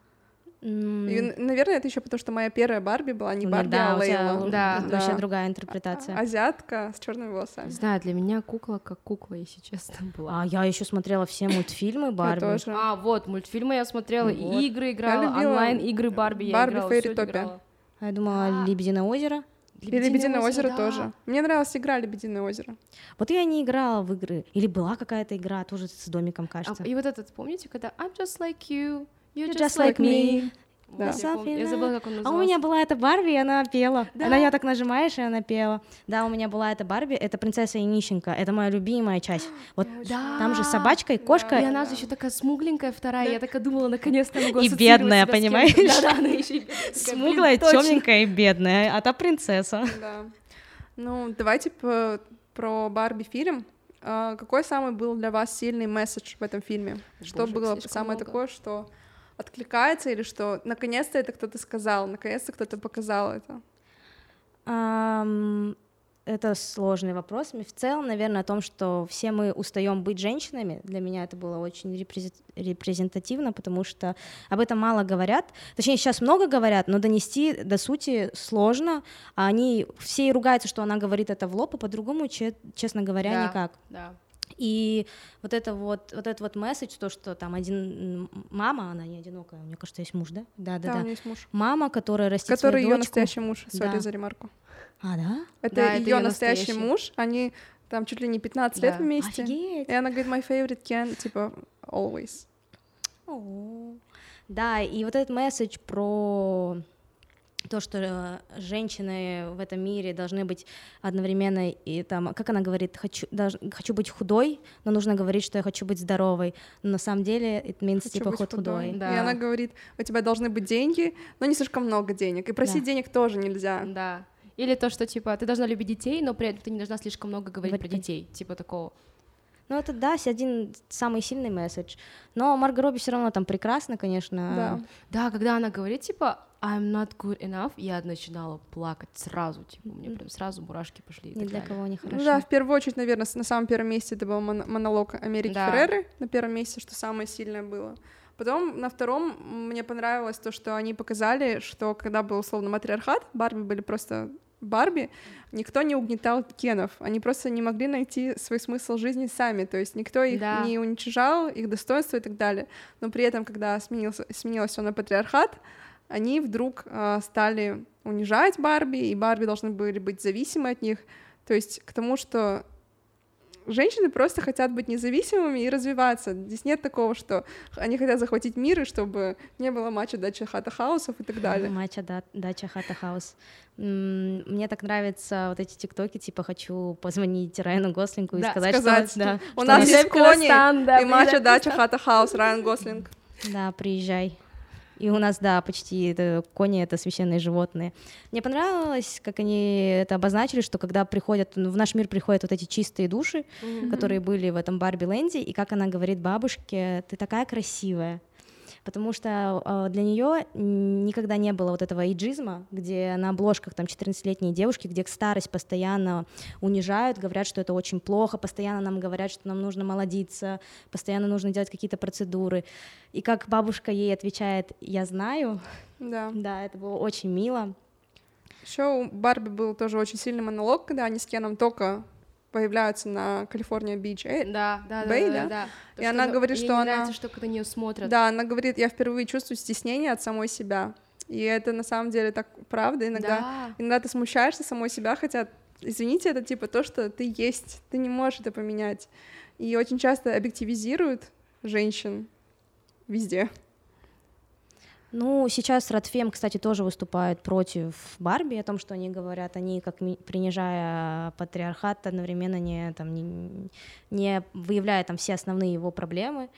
И, наверное, это еще потому, что моя первая Барби была не Барби, а Лейла. Да, вообще другая интерпретация. Азиатка с черными волосами. Не знаю, для меня кукла как кукла, если честно, была. А я еще смотрела все мультфильмы Барби. Я тоже. Вот, мультфильмы я смотрела, Вот. и игры играла, онлайн-игры Барби я Барби играла, Фейри всё Топи. играла. А я думала, Лебединое озеро. И Лебединое озеро да. тоже. Мне нравилась игра Лебединое озеро. Вот я не играла в игры. Или была какая-то игра тоже с домиком, кажется. И вот этот, помните, когда I'm just like you, you're You're just like me. Да. Я забыла, как он А назывался. у меня была эта Барби, и она пела. Да. На неё так нажимаешь, и она пела. Да, у меня была эта Барби, это принцесса и нищенка. Это моя любимая часть. Вот Да. там же собачка и кошка. И она же еще такая смугленькая вторая, я такая думала, наконец-то могу И ассоциировать бедная, себя с кем-то. понимаешь? Да, она еще и бедная. Такая, Смуглая, блин, точно. темненькая и бедная, а та принцесса. Да. Ну, давайте про Барби фильм. Какой самый был для вас сильный месседж в этом фильме? Что Боже, было слишком самое много. такое, что откликается, или что наконец-то это кто-то сказал, наконец-то кто-то показал это? Это сложный вопрос. В целом, наверное, о том, что все мы устаем быть женщинами. Для меня это было очень репрезентативно, потому что об этом мало говорят. Точнее, сейчас много говорят, но донести до сути сложно. А они все и ругаются, что она говорит это в лоб, а по-другому, честно говоря, Да. никак. Да. И вот этот вот месседж, то, что там мама, она не одинокая, мне кажется, есть муж, да? Да, Да. у нее есть муж. Мама, которая растит Который свою ее дочку. настоящий муж, сори Да. за ремарку. А, да? Это Да, это ее её настоящий настоящий. муж, они там чуть ли не 15 лет Да. вместе. Офигеть! И она говорит, my favorite Ken, типа, always. О. Да, и вот этот месседж про то, что женщины в этом мире должны быть одновременно, и там, как она говорит, хочу быть худой, но нужно говорить, что я хочу быть здоровой. Но на самом деле it means Хочу типа быть худой. Да. И она говорит, у тебя должны быть деньги, но не слишком много денег. И просить Да. денег тоже нельзя. Да. Или то, что, типа, ты должна любить детей, но при этом ты не должна слишком много говорить Вот про так. детей. Типа такого. Ну, это, да, один самый сильный месседж. Но Марго Робби все равно там прекрасно, конечно. Да. Да, когда она говорит, типа, I'm not good enough, я начинала плакать сразу, типа, у меня прям сразу мурашки пошли. и Ни так для далее. кого не Ну хорошо. да, в первую очередь, наверное, на самом первом месте это был монолог Америки Да. Ферреры, на первом месте, что самое сильное было. Потом на втором мне понравилось то, что они показали, что когда был условно матриархат, Барби были просто Барби, никто не угнетал Кенов, они просто не могли найти свой смысл жизни сами, то есть никто их Да. не уничижал, их достоинство и так далее. Но при этом, когда сменилось все на патриархат, они вдруг стали унижать Барби, и Барби должны были быть зависимы от них, то есть к тому, что женщины просто хотят быть независимыми и развиваться. Здесь нет такого, что они хотят захватить мир, и чтобы не было матча, дача, хата, хаусов и так далее. Матча, дача, хата, хаус. Мне так нравятся вот эти тиктоки, типа хочу позвонить Райану Гослингу и Да, сказать, сказать, что... Да, У что нас она- есть кони, да, и матча, приезжай дача, хата, хаус, Райан Гослинг. Да, приезжай. И у нас, да, почти это, кони — это священные животные. Мне понравилось, как они это обозначили, что когда приходят, в наш мир приходят вот эти чистые души, которые были в этом Барби-ленде, и как она говорит бабушке: ты такая красивая. Потому что для нее никогда не было вот этого эйджизма, где на обложках там 14-летние девушки, где старость постоянно унижают, говорят, что это очень плохо, постоянно нам говорят, что нам нужно молодиться, постоянно нужно делать какие-то процедуры. И как бабушка ей отвечает: я знаю. Да. Да, это было очень мило. Еще у Барби был тоже очень сильный монолог, когда они с Кеном только появляются на Калифорния-Бич. Да. И она говорит, что ей она... нравится, что когда на нее смотрят. Да, она говорит, я впервые чувствую стеснение от самой себя. И это на самом деле так правда. Иногда ты смущаешься самой себя, хотя, извините, это типа то, что ты есть, ты не можешь это поменять. И очень часто объективизируют женщин везде. Ну, сейчас Радфем, кстати, тоже выступает против Барби, о том, что они говорят, они, как принижая патриархат, одновременно не выявляя там все основные его проблемы,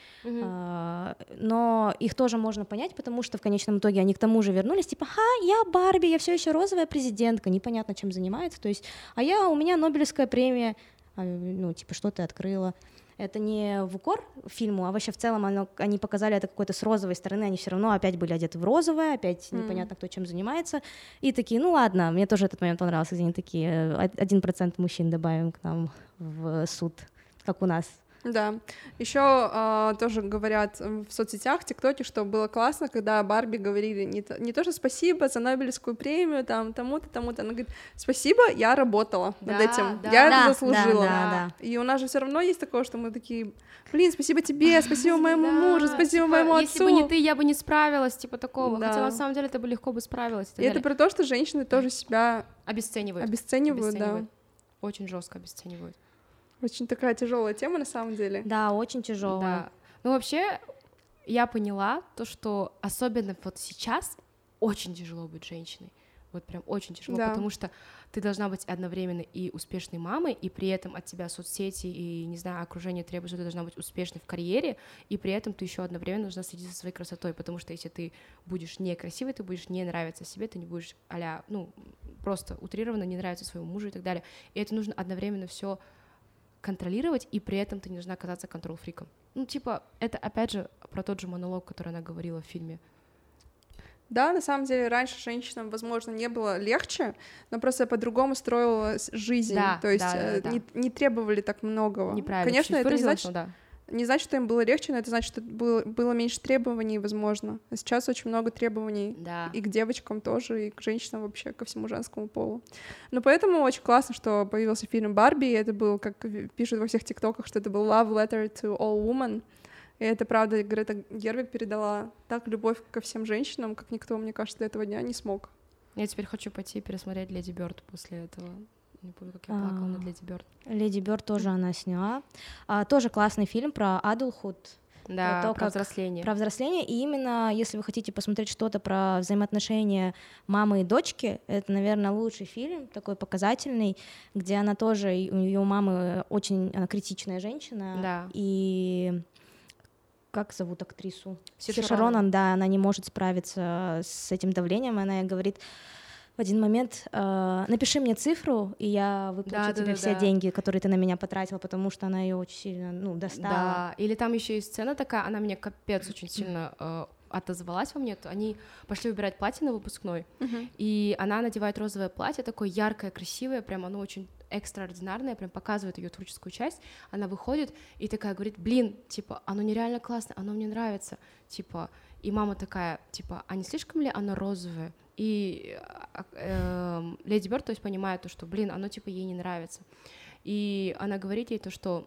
но их тоже можно понять, потому что в конечном итоге они к тому же вернулись, типа, я Барби, я все еще розовая президентка, непонятно, чем занимается, то есть, у меня Нобелевская премия, ну, типа, что ты открыла. Это не в укор фильму, а вообще в целом они показали это какой-то с розовой стороны, они все равно опять были одеты в розовое, опять непонятно, кто чем занимается, и такие, ну ладно, мне тоже этот момент понравился, где они такие, 1% мужчин добавим к нам в суд, как у нас. Да, еще тоже говорят в соцсетях, в ТикТоке, что было классно, когда Барби говорили не то, что спасибо за Нобелевскую премию, там, тому-то, она говорит, спасибо, я работала над этим, я это заслужила. Да. И у нас же все равно есть такое, что мы такие, блин, спасибо тебе, спасибо моему мужу, спасибо моему отцу. Если бы не ты, я бы не справилась, типа такого, хотя на самом деле ты бы легко бы справилась. И это про то, что женщины тоже себя обесценивают, да. Очень жестко обесценивают. Очень такая тяжелая тема на самом деле. Да, очень тяжелая. Да. Ну, вообще, я поняла то, что особенно вот сейчас очень тяжело быть женщиной. Вот прям очень тяжело, потому что ты должна быть одновременно и успешной мамой, и при этом от тебя соцсети и, не знаю, окружение требует, что ты должна быть успешной в карьере, и при этом ты еще одновременно должна следить за своей красотой, потому что если ты будешь некрасивой, ты будешь не нравиться себе, ты не будешь просто утрированно не нравиться своему мужу и так далее. И это нужно одновременно все контролировать, и при этом ты не должна оказаться контрол-фриком. Ну, типа, это, опять же, про тот же монолог, который она говорила в фильме. Да, на самом деле, раньше женщинам, возможно, не было легче, но просто по-другому строилась жизнь. То есть не требовали так многого. Неправильно. Конечно, это не значит, что им было легче, но это значит, что было меньше требований, возможно. А сейчас очень много требований. Да. И к девочкам тоже, и к женщинам вообще, ко всему женскому полу. Но поэтому очень классно, что появился фильм «Барби», и это был, как пишут во всех тиктоках, что это был love letter to all women. И это, правда, Грета Гервиг передала так любовь ко всем женщинам, как никто, мне кажется, до этого дня не смог. Я теперь хочу пойти пересмотреть «Леди Бёрд» после этого. Не помню, как я плакала над «Леди Бёрд». «Леди Бёрд» тоже она сняла. Тоже классный фильм про adulthood. Да, про взросление. Про взросление. И именно, если вы хотите посмотреть что-то про взаимоотношения мамы и дочки, это, наверное, лучший фильм, такой показательный, где она тоже, у ее мамы она критичная женщина. Да. И как зовут актрису? Саша Ронан, да, она не может справиться с этим давлением, и она говорит в один момент: напиши мне цифру, и я выплачу тебе все деньги, которые ты на меня потратила, потому что она ее очень сильно, достала. Да, или там еще есть сцена такая, она меня капец очень сильно отозвалась во мне, они пошли выбирать платье на выпускной, и она надевает розовое платье, такое яркое, красивое, прям оно очень экстраординарное, прям показывает ее творческую часть, она выходит и такая говорит: блин, типа, оно нереально классно, оно мне нравится, типа, и мама такая, типа, а не слишком ли оно розовое? И Леди Бёрд, то есть, понимает то, что, блин, оно, типа, ей не нравится. И она говорит ей то, что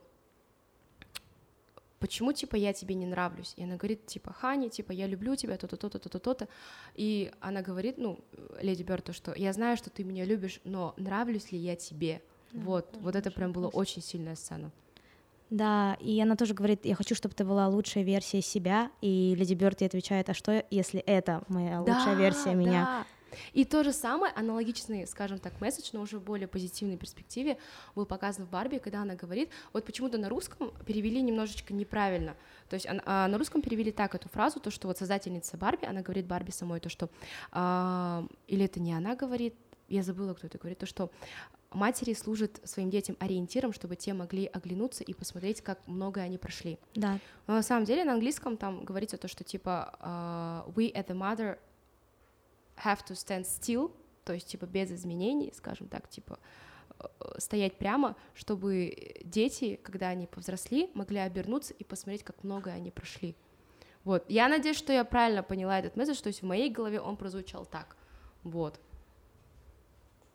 почему, типа, я тебе не нравлюсь? И она говорит, типа, Хани, типа, я люблю тебя, то-то, то-то, то-то, то-то. И она говорит, Леди Бёрд, то, что я знаю, что ты меня любишь, но нравлюсь ли я тебе? Вот это прям была очень сильная сцена. Да, и она тоже говорит: я хочу, чтобы ты была лучшая версия себя, и Леди Бёрд ей отвечает: а что, если это моя лучшая версия меня? И то же самое, аналогичный, скажем так, месседж, но уже в более позитивной перспективе был показан в «Барби», когда она говорит, вот почему-то на русском перевели немножечко неправильно, то есть на русском перевели так эту фразу, то, что вот создательница Барби, она говорит Барби самой, то, что, или это не она говорит, я забыла, кто это говорит, то, что матери служат своим детям ориентиром, чтобы те могли оглянуться и посмотреть, как много они прошли. Да. Но на самом деле на английском там говорится то, что типа we as a mother have to stand still, то есть типа без изменений, скажем так, типа стоять прямо, чтобы дети, когда они повзросли, могли обернуться и посмотреть, как много они прошли. Вот. Я надеюсь, что я правильно поняла этот месседж, то есть в моей голове он прозвучал так. Вот.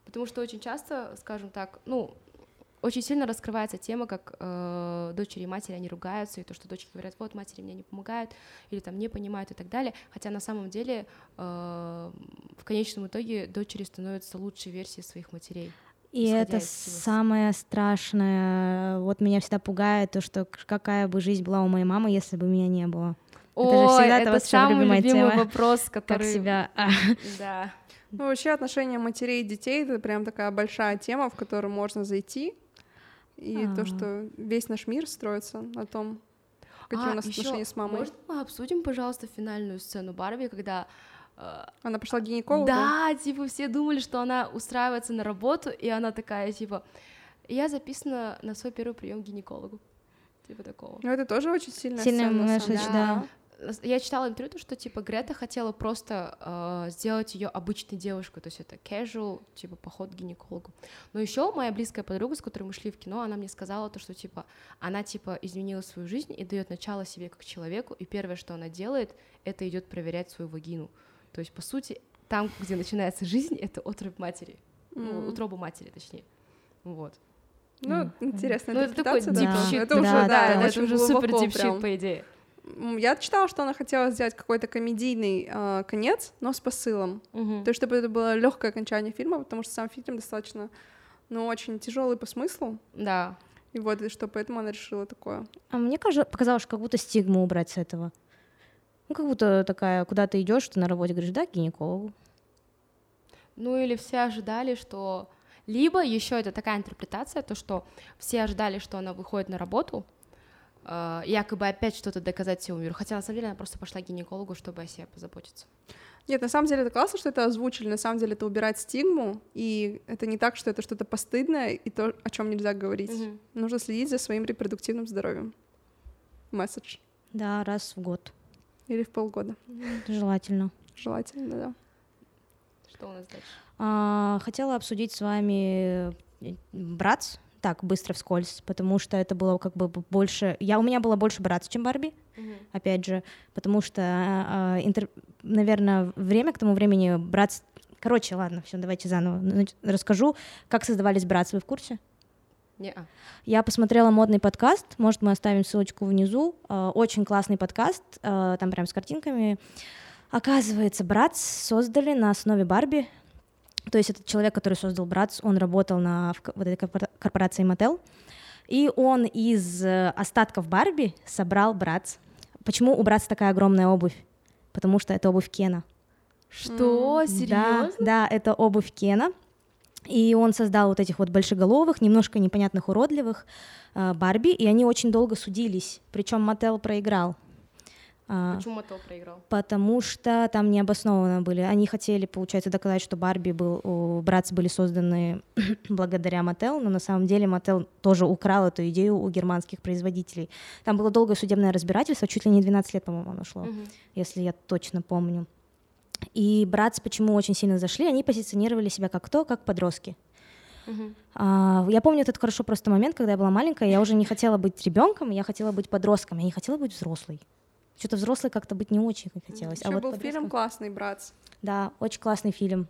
Потому что очень часто, скажем так, ну, очень сильно раскрывается тема, как дочери и матери, они ругаются, и то, что дочери говорят, вот, матери мне не помогают, или там не понимают и так далее, хотя на самом деле в конечном итоге дочери становятся лучшей версией своих матерей. И это самое страшное, вот меня всегда пугает то, что какая бы жизнь была у моей мамы, если бы меня не было. Ой, это самый любимый вопрос, который... Как себя... Да. Ну, вообще отношения матерей и детей — это прям такая большая тема, в которую можно зайти, и то, что весь наш мир строится на том, какие у нас отношения с мамой. Может, мы обсудим, пожалуйста, финальную сцену Барби, когда... Она пошла к гинекологу? Да, типа, все думали, что она устраивается на работу, и она такая, типа, я записана на свой первый прием к гинекологу. Типа такого. Ну, это тоже очень сильная сцена. Да. Я читала интервью, что, типа, Грета хотела просто сделать ее обычной девушкой, то есть это casual, типа, поход к гинекологу. Но еще моя близкая подруга, с которой мы шли в кино, она мне сказала то, что, типа, она, типа, изменила свою жизнь и дает начало себе как человеку, и первое, что она делает, это идет проверять свою вагину. То есть, по сути, там, где начинается жизнь, это отрубь матери, ну, утроба матери, точнее, вот. Ну, интересная Это интерпретация. такой deep shit, это уже, это уже супер deep shit, по идее. Я читала, что она хотела сделать какой-то комедийный конец, но с посылом. То есть, чтобы это было легкое окончание фильма, потому что сам фильм достаточно, ну, очень тяжелый по смыслу. Да. И вот, и что поэтому она решила такое. А мне показалось, что как будто стигму убрать с этого. Ну, как будто такая, куда ты идешь, ты на работе говоришь, да, к гинекологу. Ну, или все ожидали, что... Либо еще это такая интерпретация, то, что все ожидали, что она выходит на работу, якобы опять что-то доказать всему миру, хотя на самом деле она просто пошла к гинекологу, чтобы о себе позаботиться. Нет, на самом деле это классно, что это озвучили, на самом деле это убирать стигму, и это не так, что это что-то постыдное и то, о чем нельзя говорить. Нужно следить за своим репродуктивным здоровьем. Месседж. Да, раз в год. Или в полгода. Желательно. Желательно, да. Что у нас дальше? Хотела обсудить с вами «Братц», так, быстро вскользь, потому что это было как бы больше... У меня было больше «Братц», чем «Барби», опять же, потому что, наверное, к тому времени «Братц». Короче, ладно, все, давайте заново расскажу, как создавались «Братц», вы в курсе? Не-а. Я посмотрела модный подкаст, может, мы оставим ссылочку внизу, очень классный подкаст, там прям с картинками. Оказывается, «Братц» создали на основе «Барби». То есть этот человек, который создал «Братц», он работал в вот этой корпорации Mattel, и он из остатков «Барби» собрал «Братц». Почему у «Братц» такая огромная обувь? Потому что это обувь Кена. Что? Серьезно? Да, это обувь Кена. И он создал вот этих вот большеголовых, немножко непонятных, уродливых Барби, и они очень долго судились, причем Mattel проиграл. Почему Mattel проиграл? Потому что там необоснованно были. Они хотели, получается, доказать, что «Братц» были созданы благодаря Mattel, но на самом деле Mattel тоже украл эту идею у германских производителей. Там было долгое судебное разбирательство, чуть ли не 12 лет, по-моему, оно шло, если я точно помню. И «Братц» почему очень сильно зашли, они позиционировали себя как кто? Как подростки. Я помню этот хорошо просто момент, когда я была маленькая, я уже не хотела быть ребенком, я хотела быть подростком, я не хотела быть взрослой. Что-то взрослой как-то быть не очень хотелось. Еще был фильм классный, «Братц». Да, очень классный фильм.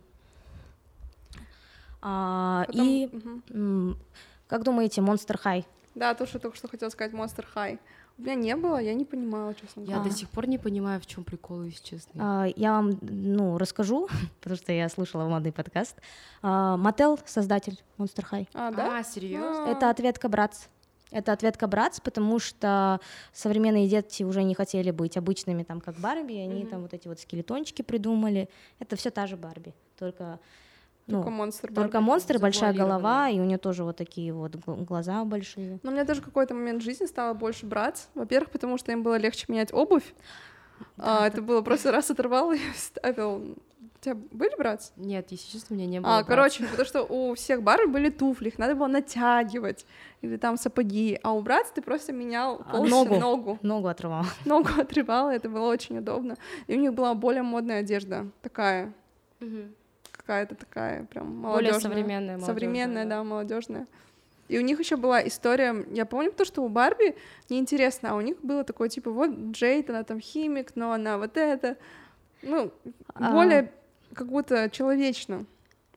Как думаете, «Monster High»? Да, то, что только что хотела сказать, «Monster High». У меня не было, я не понимала, честно говоря. Я до сих пор не понимаю, в чем прикол, если честно. Я вам расскажу, потому что я слушала модный подкаст. Mattel — создатель «Monster High». Да? Серьезно? Это ответка «Братц». Это ответка «Братц», потому что современные дети уже не хотели быть обычными, там, как Барби, они там вот эти вот скелетончики придумали. Это все та же Барби, только монстр, большая голова, и у нее тоже вот такие вот глаза большие. Но у меня даже какой-то момент в жизни стало больше «Братц». Во-первых, потому что им было легче менять обувь. Это было просто раз оторвал и вставил. У тебя были «Братц»? Нет, если честно, у меня не было. Короче, потому что у всех Барби были туфли, их надо было натягивать, или там сапоги, а у «Братц» ты просто менял полностью ногу. Ногу отрывал. Ногу отрывал, это было очень удобно. И у них была более модная одежда, такая, какая-то такая прям молодежная. Более современная, молодежная. Современная, да, молодежная. И у них еще была история, я помню то, что у Барби неинтересно, а у них было такое, типа, вот Джейд, она там химик, но она вот это, более как будто человечно.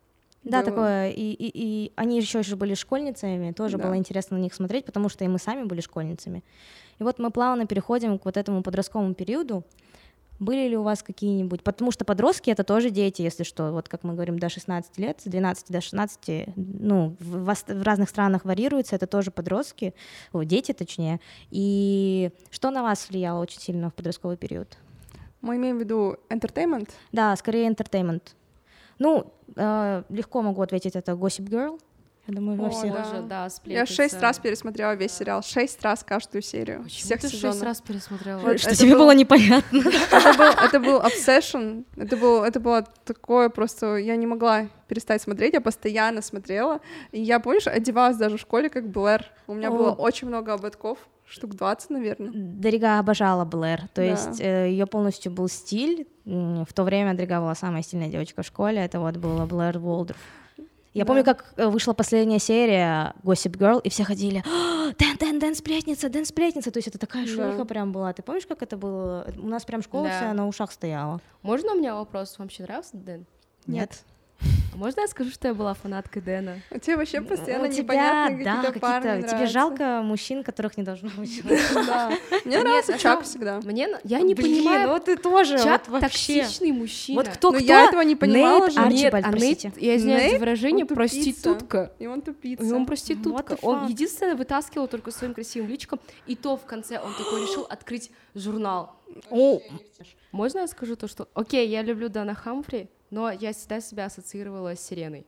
Да, было. такое, и они еще были школьницами, тоже Да. было интересно на них смотреть, потому что и мы сами были школьницами. И вот мы плавно переходим к вот этому подростковому периоду. Были ли у вас какие-нибудь... Потому что подростки — это тоже дети, если что. Вот как мы говорим, до 16 лет, с 12 до 16, ну, в разных странах варьируется, это тоже подростки, дети точнее. И что на вас влияло очень сильно в подростковый период? Мы имеем в виду entertainment? Да, скорее entertainment. Ну, легко могу ответить, это Gossip Girl. Я думаю, во О, всех... да. Тоже, да, Я сплетница. 6 раз пересмотрела весь сериал, 6 раз каждую серию. Почему Всех ты сезонов. 6 раз пересмотрела? Вот Что это тебе был- было непонятно? Это был obsession, это было такое просто, я не могла перестать смотреть, я постоянно смотрела, и я, помнишь, одевалась даже в школе как Блэр, у меня О. было очень много ободков, штук 20, наверное. Дрига обожала Блэр, то Да. есть ее полностью был стиль. В то время Дрига была самая стильная девочка в школе, это вот была Блэр Уолдорф. Я Да. помню, как вышла последняя серия Gossip Girl, и все ходили: Дэн, сплетница, Дэн, сплетница. То есть это такая Да. шумиха прям была. Ты помнишь, как это было? У нас прям школа Да. вся на ушах стояла. Можно у меня вопрос? Вам вообще нравился Дэн? Нет. А можно я скажу, что я была фанаткой Дэна? У тебя вообще постоянно У тебя, непонятные да, какие-то парни тебе нравятся. жалко мужчин, которых не должно быть. Да. Мне Нет, нравился на Чак самом- всегда. Я не Блин, понимаю. ну ты тоже, Чак вот вообще. токсичный мужчина. Вот кто? Но я этого не понимала Нейт же. Арчибальд, Нет, простите. Нейт, я извиняюсь за Нейт, выражение, он тупица. проститутка. И он тупица. И он проститутка. What the Он fuck? единственное вытаскивал только своим красивым личиком, и то в конце он такой решил открыть журнал. О, Можно я скажу то, что... Окей, я люблю Дана Хамфри, но я всегда себя ассоциировала с Сиреной.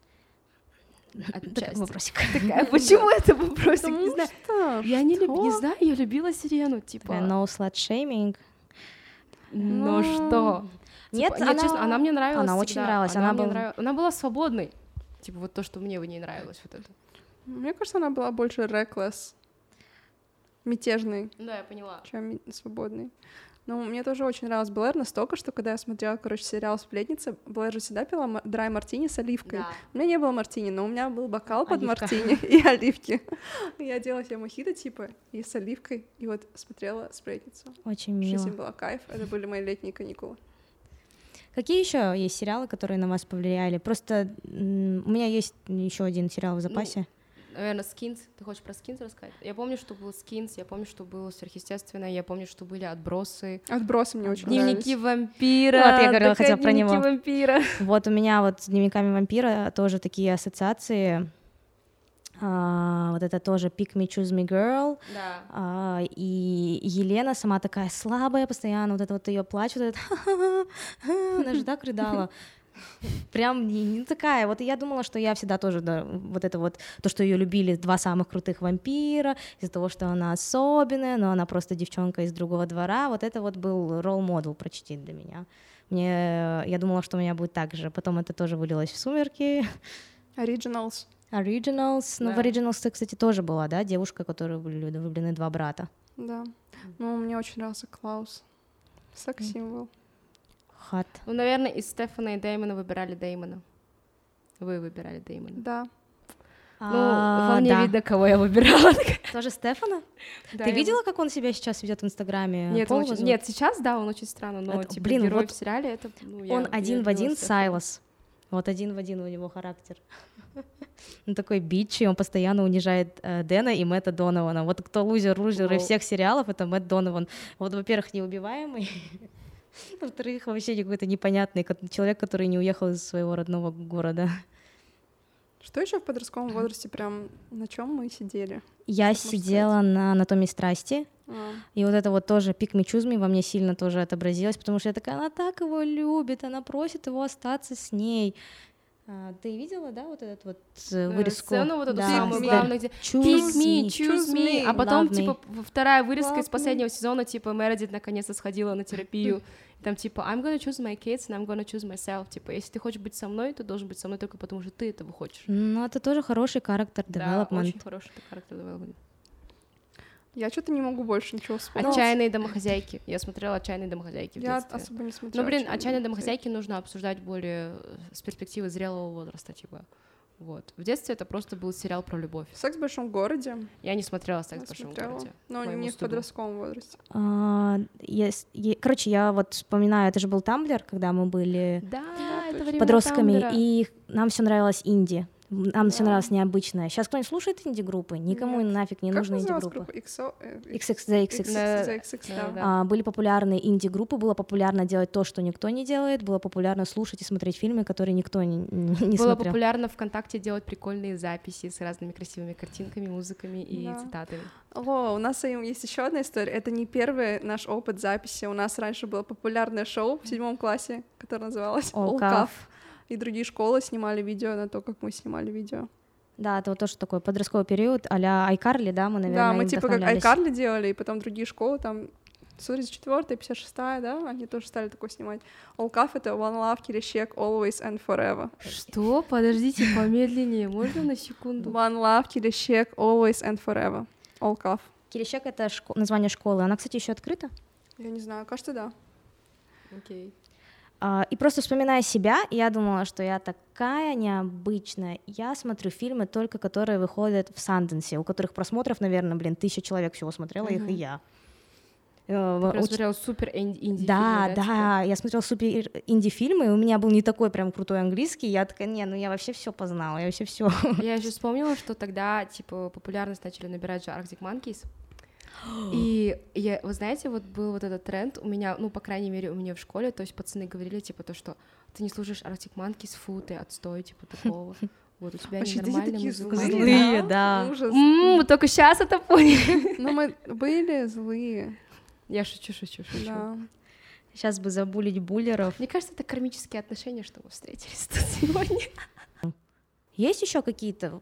такой Отчасти. вопросик. Такая, почему это вопросик? Не Потому знаю. что... Я не что? знаю, я любила Сирену, типа... No slut shaming. Но что? Нет, Типа, честно, она мне нравилась она очень всегда. нравилась, Она, она мне была- нравилась. Она была свободной. Типа вот то, что мне в ней нравилось. Вот это. Мне кажется, она была больше reckless, мятежной, Да, я поняла. чем свободной. Ну, мне тоже очень нравилась Блэр настолько, что когда я смотрела, сериал «Сплетница», Блэр же всегда пила драй мартини с оливкой. Да. У меня не было мартини, но у меня был бокал под Оливка. мартини и оливки. Я делала себе мохито, типа, и с оливкой, и вот смотрела «Сплетницу». Очень Жизнь мило. была кайф, это были мои летние каникулы. Какие еще есть сериалы, которые на вас повлияли? Просто у меня есть еще один сериал в запасе. Наверное, Скинс. Ты хочешь про Скинс рассказать? Я помню, что был Скинс, я помню, что было Сверхъестественное, я помню, что были Отбросы. Отбросы мне очень Дневники нравились. вампира. Вот, я говорила, такая хотела про Дневники него. вампира. Вот у меня вот с дневниками вампира тоже такие ассоциации. Вот это тоже Pick Me, Choose Me Girl. Да. И Елена сама такая слабая постоянно, вот это вот ее плач, вот это она же так рыдала. Прям не такая. Вот я думала, что я всегда тоже, да, вот это вот, то, что ее любили два самых крутых вампира, из-за того, что она особенная, но она просто девчонка из другого двора, вот это вот был ролл-модел почти для меня. Я думала, что у меня будет так же. Потом это тоже вылилось в «Сумерки». Originals. Originals. Ну, Да. в Originals, кстати, тоже была, да, девушка, которой были влюблены два брата. Да. Ну, мне очень нравился Клаус. Секс-символ. Хат. Ну, наверное, из Стефана и Дэймона выбирали Дэймона. Вы выбирали Дэймона. Да. Ну, вполне да. видно, кого я выбирала. Тоже Стефана? Да, Ты я- видела, как он себя сейчас ведет в Инстаграме? Нет, Пол он очень- возьмут? нет, сейчас, да, он очень странно, но Это- типа блин, герой вот в сериале это... ну, я- Он я один в любила один Стефана. Сайлос. Вот один в один у него характер. Он такой бичи, он постоянно унижает Дэна и Мэтта Донована. Вот кто лузеры Воу. всех сериалов, это Мэтт Донован. Вот, во-первых, неубиваемый. Во-вторых, вообще какой-то непонятный человек, который не уехал из своего родного города. Что еще в подростковом возрасте прям на чем мы сидели? Я Что можно сидела на «Анатомии страсти», А, и вот это вот тоже «Pick me, choose me» во мне сильно тоже отобразилось, потому что я такая, она так его любит, она просит его остаться с ней. Ты видела, да, вот этот вот вырезку? Сцену вот эту Да, самую да. главную, где Choose Pick me, me. choose choose me. me, А потом, love me. типа, вторая вырезка Love из последнего сезона, типа, Мередит наконец-то сходила на терапию. И там, типа, I'm gonna choose my kids and I'm gonna choose myself. Типа, если ты хочешь быть со мной, ты должен быть со мной только потому, что ты этого хочешь. Ну, это тоже хороший характер Да, development. очень хороший характер development. я что-то не могу больше ничего вспомнить. Отчаянные домохозяйки. Я смотрела «Отчаянные домохозяйки» в Я детстве. особо не смотрела. Ну, блин, «Отчаянные домохозяйки» нужно обсуждать более с перспективы зрелого возраста, типа. Вот. В детстве это просто был сериал про любовь. «Секс в большом городе». Я не смотрела «Секс в большом городе». Но не в подростковом возрасте. Короче, я вот вспоминаю, это же был Тамблер, когда мы были подростками, и нам все нравилось инди. Нам все нравилось необычное. Сейчас кто-нибудь слушает инди-группы? Никому нафиг не нужны инди-группы. XX. Были популярны инди-группы, было популярно делать то, что никто не делает, было популярно слушать и смотреть фильмы, которые никто не смотрел. Было популярно ВКонтакте делать прикольные записи с разными красивыми картинками, музыками и цитатами. О, у нас есть еще одна история. Это не первый наш опыт записи. У нас раньше было популярное шоу в 7 классе, которое называлось «Олкав». И другие школы снимали видео на то, как мы снимали видео. Да, это вот тоже такой подростковый период а-ля iCarly, да, мы, наверное, да, мы типа как iCarly делали, и потом другие школы, там, 44-я, 56-я, да, они тоже стали такое снимать. Олкав — это One Love, Кирещек, Always and Forever. Что? Подождите, помедленнее, можно на секунду? One Love, Кирещек, Always and Forever. Олкав. Кирещек — это название школы. Она, кстати, еще открыта? Я не знаю, кажется, да. Окей. И просто вспоминая себя, я думала, что я такая необычная. Я смотрю фильмы только, которые выходят в Санденсе, у которых просмотров, наверное, 1000 человек всего смотрела, их и я. Ты смотрела супер инди-фильмы, да, я смотрела супер инди-фильмы, и у меня был не такой прям крутой английский, я такая, я вообще все познала, я вообще все. Я еще вспомнила, что тогда, типа, популярность начали набирать же Arctic Monkeys. И вы знаете, вот был вот этот тренд у меня, по крайней мере, у меня в школе, то есть пацаны говорили, типа, то, что ты не слушаешь Arctic Monkeys, фу, ты отстой, типа, такого. Вот у тебя ненормальная музыка. Злые, да. Мы только сейчас это поняли. Но мы были злые. Я шучу. Да. Сейчас бы забулить буллеров. Мне кажется, это кармические отношения, что мы встретились тут сегодня. Есть еще какие-то,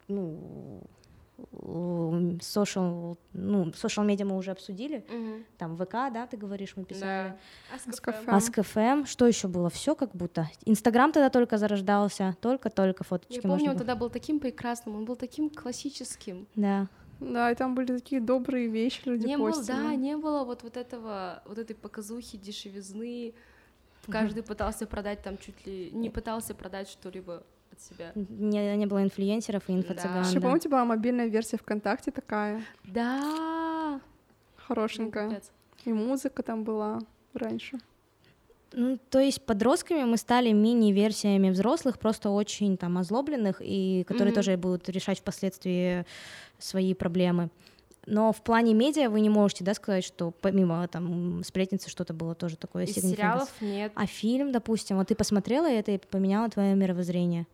social медиа мы уже обсудили, там ВК, да, ты говоришь, мы писали. Да. Ask.fm. Что еще было? Все как будто. Инстаграм тогда только зарождался, только фоточки. Я помню, он тогда был таким прекрасным, он был таким классическим. Да. Да, и там были такие добрые вещи, люди постили. Не было вот этой показухи, дешевизны. Каждый пытался продать там чуть ли... Не пытался продать что-либо от себя. Не было инфлюенсеров и инфо-цыган. Еще, помните, была мобильная версия ВКонтакте такая? Да! Хорошенькая. И музыка там была раньше. То есть подростками мы стали мини-версиями взрослых, просто очень там озлобленных, и которые тоже будут решать впоследствии свои проблемы. Но в плане медиа вы не можете, да, сказать, что помимо там «Сплетницы» что-то было тоже такое. Из сериалов нет. А фильм, допустим, вот ты посмотрела это и поменяла твое мировоззрение?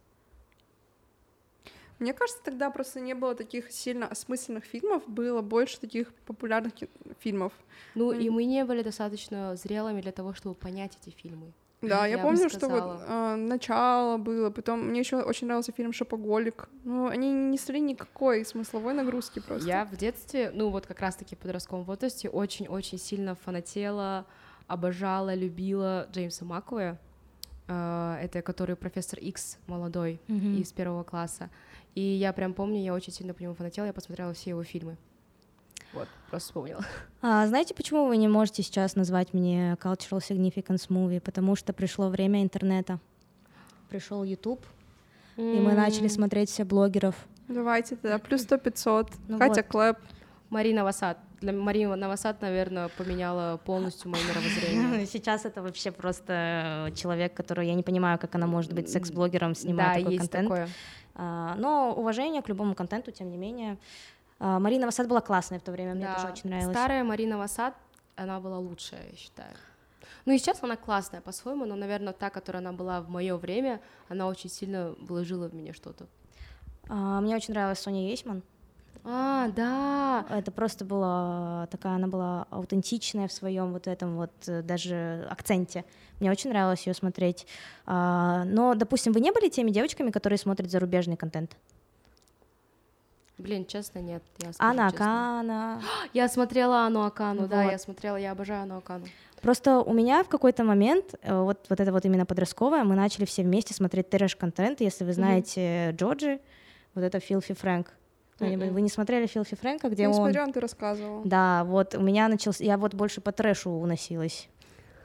Мне кажется, тогда просто не было таких сильно осмысленных фильмов, было больше таких популярных фильмов. И мы не были достаточно зрелыми для того, чтобы понять эти фильмы. Да, я помню, что вот «Начало» было, потом мне еще очень нравился фильм «Шопоголик». Они не несли никакой смысловой нагрузки просто. Я в детстве, вот как раз-таки в подростковом возрасте очень-очень сильно фанатела, обожала, любила Джеймса Макэвоя, это который профессор Икс молодой из 1 класса. И я прям помню, я очень сильно по нему фанатела, я посмотрела все его фильмы. Вот, просто вспомнила. Знаете, почему вы не можете сейчас назвать мне Cultural Significance Movie? Потому что пришло время интернета. Пришел YouTube, и мы начали смотреть все блогеров. Давайте тогда плюс 100-500. Катя Клэп. Марина Васад. Для Марины Навасад, наверное, поменяла полностью мое мировоззрение. Сейчас это вообще просто человек, который, я не понимаю, как она может быть секс-блогером, снимая такой контент. Такое. Но уважение к любому контенту, тем не менее. Марина Васад была классная в то время, мне тоже очень нравилась. Старая Марина Васад, она была лучшая, я считаю. И сейчас она классная по-своему, но, наверное, та, которая она была в мое время, она очень сильно вложила в меня что-то. Мне очень нравилась Соня Есьман. Да. Это просто была такая, она была аутентичная в своем вот этом вот даже акценте. Мне очень нравилось ее смотреть. Но, допустим, вы не были теми девочками, которые смотрят зарубежный контент? Блин, честно, нет. Анна Акана. Я смотрела Анну Акану, да, я обожаю Анну Акану. Просто у меня в какой-то момент, вот это вот именно подростковое, мы начали все вместе смотреть трэш-контент. Если вы знаете Джорджи, вот это Филфи Фрэнк. Вы не смотрели Филфи Фрэнка, где он... Я не смотрела, ты рассказывала. Да, вот у меня начался... Я вот больше по трэшу уносилась.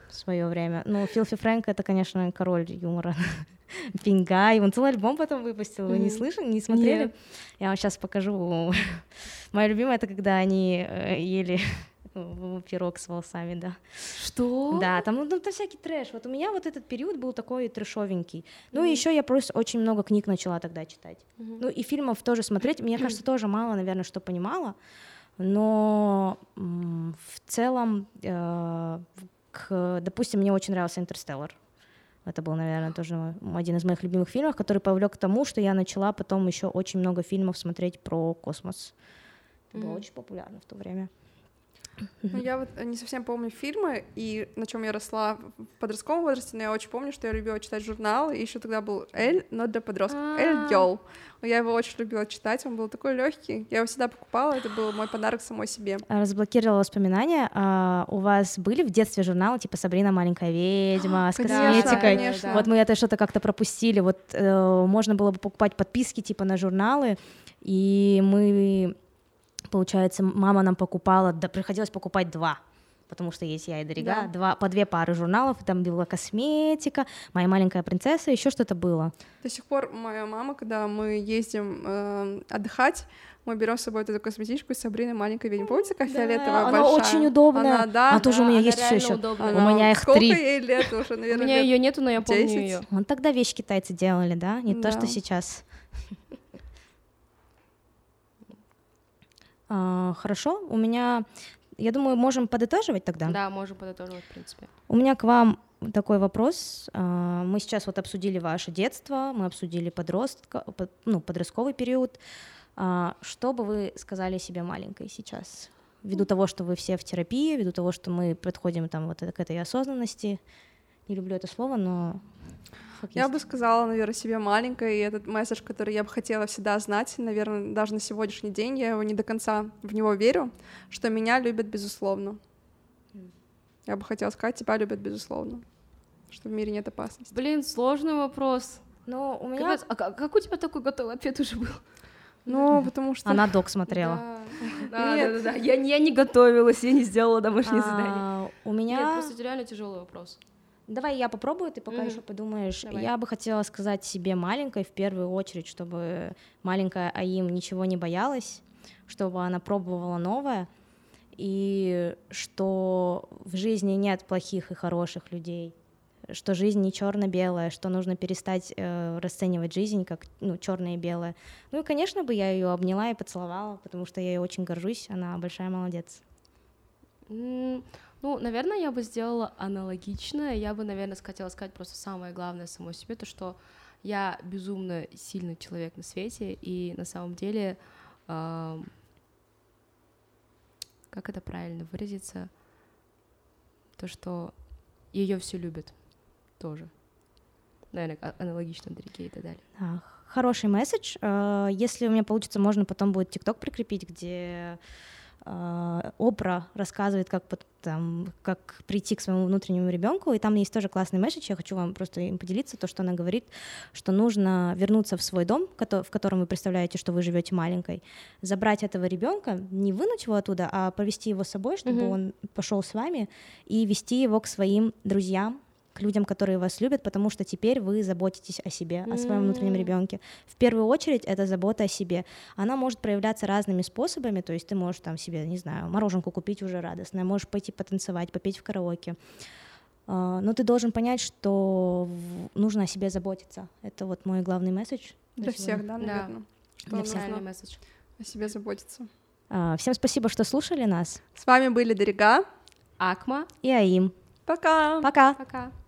в свое время. Ну, Филфи Фрэнк — это, конечно, король юмора. Пингай, он целый альбом потом выпустил, вы не слышали, не смотрели? Нет. Я вам сейчас покажу. Моя любимая — это когда они ели пирог с волосами, да. Что? Да, там всякий трэш. Вот у меня вот этот период был такой трэшовенький. Ну и еще я просто очень много книг начала тогда читать. Ну и фильмов тоже смотреть. Мне кажется, тоже мало, наверное, что понимала. Но в целом, допустим, мне очень нравился «Интерстеллар». Это был, наверное, тоже один из моих любимых фильмов, который повлек к тому, что я начала потом еще очень много фильмов смотреть про космос. Это было очень популярно в то время. Ну, я вот не совсем помню фильмы, и на чем я росла в подростковом возрасте, но я очень помню, что я любила читать журналы, и еще тогда был «Эль», но для подростков. «Эль Гёл». Я его очень любила читать, он был такой легкий. Я его всегда покупала, это был мой подарок самой себе. Разблокировала воспоминания. У вас были в детстве журналы типа «Сабрина маленькая ведьма» с косметикой? Конечно. Вот мы это что-то как-то пропустили. Вот можно было бы покупать подписки типа на журналы, и мы... Получается, мама нам покупала, да, приходилось покупать 2, потому что есть я и Дарига, по 2 пары журналов, и там была косметика, «Моя маленькая принцесса», еще что-то было. До сих пор моя мама, когда мы ездим отдыхать, мы берем с собой эту косметичку из «Сабрины маленькая ведьма». Помните, такая фиолетовая, она большая? Очень удобная. Она тоже у меня есть все еще. У меня их 3. Сколько ей лет уже, наверное? У меня ее нету, но я помню 10. ее. Вот тогда вещи китайцы делали, да? Не то, что сейчас. Хорошо, у меня, я думаю, можем подытоживать тогда? Да, можем подытоживать, в принципе. У меня к вам такой вопрос. Мы сейчас вот обсудили ваше детство, мы обсудили подростковый период. Что бы вы сказали себе маленькой сейчас? Ввиду того, что вы все в терапии, ввиду того, что мы подходим там вот к этой осознанности. Не люблю это слово, но... Я бы сказала, наверное, себе маленькой, и этот месседж, который я бы хотела всегда знать, наверное, даже на сегодняшний день, я его не до конца в него верю, что меня любят безусловно. Я бы хотела сказать, тебя любят безусловно, что в мире нет опасности. Блин, сложный вопрос. Но у меня... Как у тебя такой готовый ответ уже был? Ну, потому что... Она док смотрела. Да. Я не готовилась, я не сделала домашнее задание. У меня... Нет, просто это реально тяжелый вопрос. Давай я попробую, ты пока еще подумаешь. Давай. Я бы хотела сказать себе маленькой в первую очередь, чтобы маленькая Аим ничего не боялась, чтобы она пробовала новое, и что в жизни нет плохих и хороших людей, что жизнь не черно-белая, что нужно перестать расценивать жизнь как черное и белое. Ну и, конечно, бы я ее обняла и поцеловала, потому что я ей очень горжусь, она большая молодец. Ну, наверное, я бы сделала аналогично. Я бы, наверное, хотела сказать просто самое главное самой себе, то, что я безумно сильный человек на свете, и на самом деле, как это правильно выразиться, то, что ее все любят тоже. Наверное, аналогично Дариге и так далее. Хороший месседж. Если у меня получится, можно потом будет ТикТок прикрепить, где... Опра рассказывает, как прийти к своему внутреннему ребенку, и там есть тоже классный месседж, я хочу вам просто им поделиться, то, что она говорит, что нужно вернуться в свой дом, в котором вы представляете, что вы живете маленькой, забрать этого ребенка, не вынуть его оттуда, а повести его с собой, чтобы он пошел с вами, и вести его к своим друзьям, к людям, которые вас любят, потому что теперь вы заботитесь о себе, о своем внутреннем ребенке. В первую очередь это забота о себе. Она может проявляться разными способами, то есть ты можешь там себе, не знаю, мороженку купить уже радостное, можешь пойти потанцевать, попеть в караоке, но ты должен понять, что нужно о себе заботиться. Это вот мой главный месседж. Для всех, да, наверное. Для всех. Месседж. О себе заботиться. Всем спасибо, что слушали нас. С вами были Дарига, Акма и Аим. Пока! Пока! Пока!